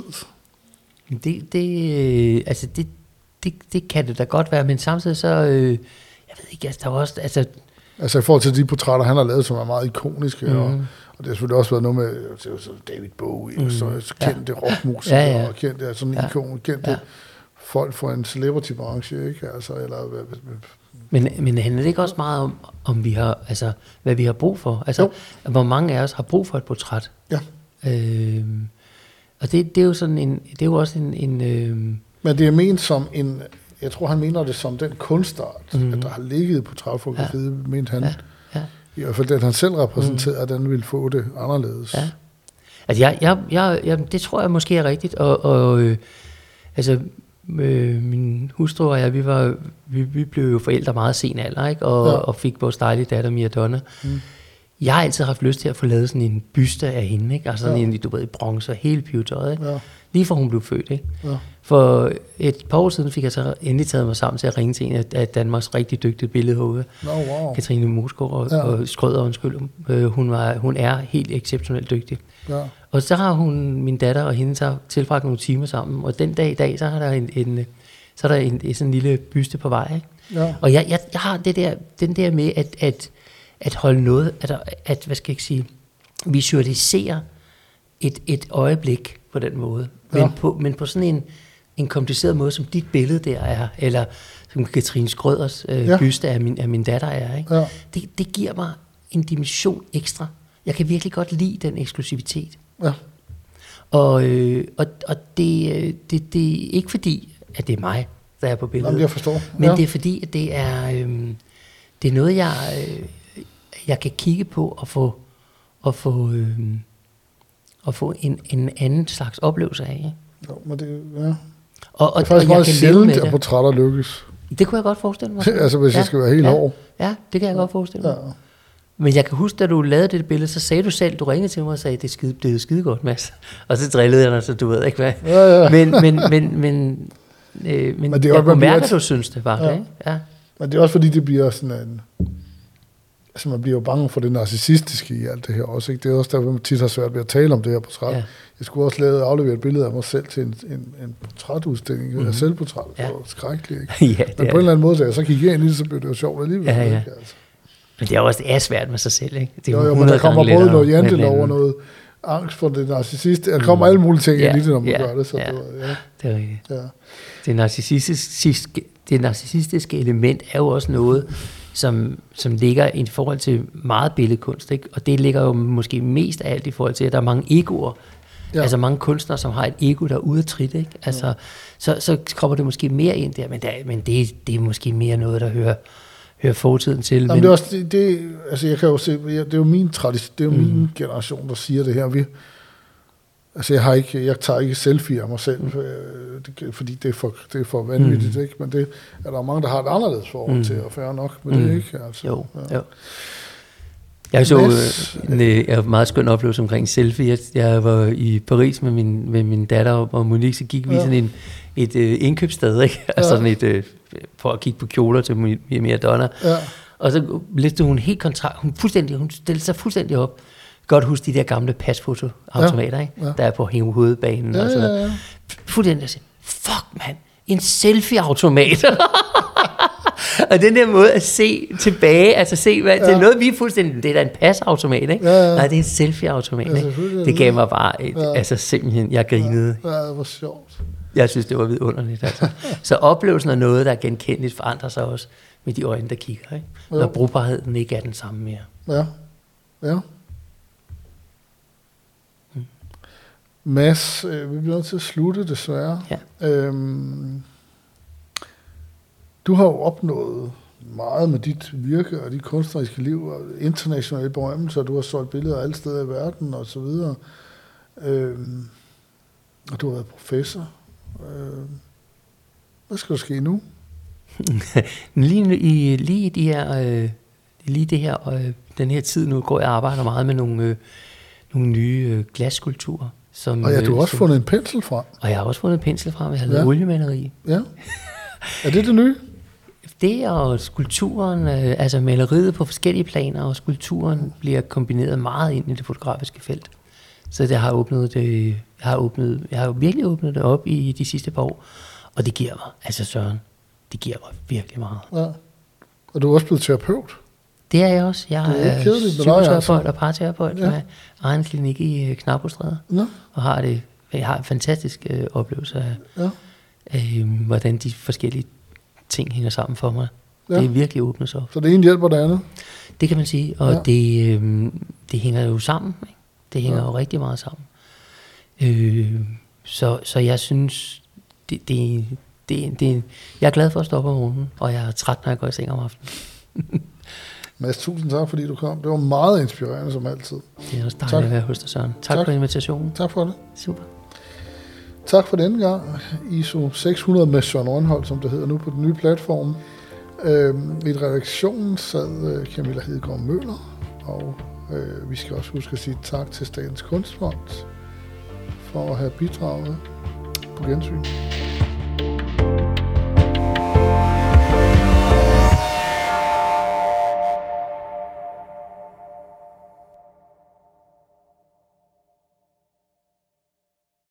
Det, det, altså det, det, det kan det da godt være, men samtidig så, øh, jeg ved ikke, altså der var også, altså... Altså i forhold til de portrætter, han har lavet, som er meget ikoniske, mm. og, og det har selvfølgelig også været noget med David Bowie, mm. og så kendte ja. rockmusikere, ja, ja. og kendte sådan ja. ikon, kendte ja. folk fra en celebrity-branche, ikke? Altså, eller... Men, men handler det ikke også meget om, om vi har, altså, hvad vi har brug for? Altså, jo. hvor mange af os har brug for et portræt? Ja. Øh, og det, det er jo sådan en, det er jo også en... en øh... Men det er ment som en, jeg tror han mener det som den kunstart, mm-hmm. at der har ligget på portrætfotografiet, ja. mente han. Ja. Ja. I hvert fald den han selv repræsenterede, mm-hmm. at den ville få det anderledes. Ja. Altså jeg, jeg, jeg, jeg, det tror jeg måske er rigtigt, og, og øh, altså øh, min hustru og jeg, vi, var, vi, vi blev jo forældre meget sen alder, ikke? Og, ja. og fik vores dejlige datter Mia Donna. Mm. Jeg har altid haft lyst til at få lavet sådan en byste af hende, ikke? Altså sådan ja. en, du ved, i bronze og hele pivetøjet, ikke? Ja. Lige for hun blev født, ikke? Ja. For et par år siden fik jeg så endelig taget mig sammen til at ringe til en af Danmarks rigtig dygtige billedhugger, oh, wow. Katrine Moskov og, ja. og Skrøder, undskyld. Øh, hun, var, hun er helt exceptionelt dygtig. Ja. Og så har hun, min datter og hende, så tilbragt nogle timer sammen, og den dag i dag, så har der en, en så er der en, en sådan en lille byste på vej, ikke? Ja. Og jeg, jeg, jeg har det der, den der med at, at, at holde noget, at, at hvad skal jeg sige, visualisere et, et øjeblik på den måde, men, ja. på, men på sådan en, en kompliceret måde, som dit billede der er, eller som Katrine Skrøders øh, ja. byste af min, af min datter er, ikke? Ja. Det, det giver mig en dimension ekstra. Jeg kan virkelig godt lide den eksklusivitet. Ja. Og, øh, og, og det, det, det er ikke fordi, at det er mig, der er på billedet. Jamen, jeg forstår. Men ja. det er fordi, at det er, øh, det er noget, jeg, øh, jeg kan kigge på og få, og få, øh, og få en, en anden slags oplevelse af. Ikke? Jo, men det, ja. og, og, det er faktisk meget sjældent, at portrætter lykkes. Det kunne jeg godt forestille mig. Altså, hvis ja. jeg skal være helt ja. hård. Ja, det kan jeg ja. godt forestille mig. Ja. Men jeg kan huske, da du lavede det billede, så sagde du selv, du ringede til mig og sagde, det er skide, det er skide godt, Mads. Og så drillede jeg dig, så du ved ikke hvad. Ja, ja. Men, men, men, men, øh, men, men det er jeg kunne mærke, at du synes, det var ja. det. Ikke? Ja. Men det er også fordi, det bliver sådan en... Altså, man bliver jo bange for det narcissistiske i alt det her også, ikke? Det er også derfor, man tit har svært ved at tale om det her portræt. Ja. Jeg skulle også lave aflevere et billede af mig selv til en, en, en portrætudstilling, mm-hmm. af selvportræt, ja. og skrækkeligt, ikke? Ja, men på en eller anden måde, da jeg så gik jeg ind i det, så blev det jo sjovt alligevel. Ja, ja. Ikke, altså. Men det er også det er svært med sig selv, ikke? Det er jo, jo, men der kommer både noget jantelov og noget angst for det narcissist. Der kommer mm. alle mulige ting ja, ind i det, når man ja, gør det. Så ja, det, ja. det er rigtigt. Ja. Det narcissistiske, det narcissistiske element er jo også noget, som, som ligger i forhold til meget billedkunst, ikke? Og det ligger jo måske mest af alt i forhold til, at der er mange egoer. Ja. Altså mange kunstnere, som har et ego, der er ude at tritte, ikke? Altså, ja. så, så kommer det måske mere ind der, men, der, men det, det er måske mere noget, der hører hører fortiden til. Jamen, men det er også, det, det, altså jeg kan jo se, det er jo min tradition, det er jo mm. min generation, der siger det her. Vi, altså jeg har ikke, jeg tager ikke selfie af mig selv, mm. det, fordi det er for, det er for vanvittigt, mm. ikke? Men det er der mange, der har et anderledes forhold mm. til, og fair nok med mm. det, ikke? Altså, jo, ja. jo. Jeg så Mads, en, en meget skøn oplevelse omkring selfie. Jeg, jeg var i Paris med min, med min datter og Monique, så gik vi ja. sådan en, et øh, indkøbssted, ikke? Ja. Altså sådan et, øh, for at kigge på kjoler til Mia Donna. Ja. Og så læste hun helt kontrakt, hun, fuldstændig, hun stillede sig fuldstændig op. Godt huske de der gamle pasfotoautomater, ikke? Ja. Der er på hovedbanen. Ja, og sådan noget. Ja, ja. Fuldstændig at sige, fuck mand, en selfie-automat. Og den der måde at se tilbage, altså se, hvad, ja. det er noget, vi er fuldstændig, det er da en pasautomat, ikke? Ja, ja. Nej, det er en selfie-automat, ikke? Ja, det gav mig bare et, ja. altså simpelthen, jeg grinede. Ja, ja, det var sjovt. Jeg synes, det var vidunderligt. Altså. Så oplevelsen af noget, der er genkendeligt, forandrer sig også med de øjne, der kigger. Ikke? Når brugbarheden ikke er den samme mere. Ja, ja. Hmm. Mads, øh, vi bliver nødt til at slutte, desværre. Ja. Øhm, du har jo opnået meget med dit virke og dit kunstneriske liv, og internationale berømmelser, du har solgt billeder alle steder i verden, og så videre. Øhm, og du har været professor. Øhm, hvad skal der ske nu? lige, i, lige, de her, øh, lige det her, øh, den her tid nu, går jeg og arbejder meget med nogle, øh, nogle nye øh, glasskulpturer. Som, og ja, du har også som, fundet en pensel frem. Og jeg har også fundet en pensel frem, jeg har lavet ja. oliemaleri. Ja. Er det det nye? Det og skulpturen, øh, altså maleriet på forskellige planer, og skulpturen bliver kombineret meget ind i det fotografiske felt. Så det har åbnet det, jeg har åbnet, jeg har virkelig åbnet det op i de sidste par år, og det giver mig, altså Søren, det giver mig virkelig meget. Ja. Og du er også blevet terapeut? Det er jeg også. Jeg det er, er psykoterapeut og parterapeut ja. med egen klinik i Knapostræde, ja. og har det, jeg har en fantastisk øh, oplevelse af, ja. øh, hvordan de forskellige ting hænger sammen for mig. Ja. Det er virkelig åbnet sig op. Så det ene hjælper det andet? Det kan man sige, og ja. det, øh, det hænger jo sammen. Ikke? Det hænger ja. jo rigtig meget sammen. Øh, så, så jeg synes, det, det, det, det, jeg er glad for at stoppe om morgenen, og jeg er træt, når jeg går i seng om aftenen. Mads, tusind tak, fordi du kom. Det var meget inspirerende, som altid. Det er også dejligt tak. at være hos dig, Søren. Tak, tak for invitationen. Tak for det. Super. Tak for denne gang. I S O seks hundrede med Søren Rønholt, som det hedder nu på den nye platform. Øhm, I redaktionen sad øh, Camilla Hedegaard Møller, og øh, vi skal også huske at sige tak til Statens Kunstfond for at have bidraget på gensyn.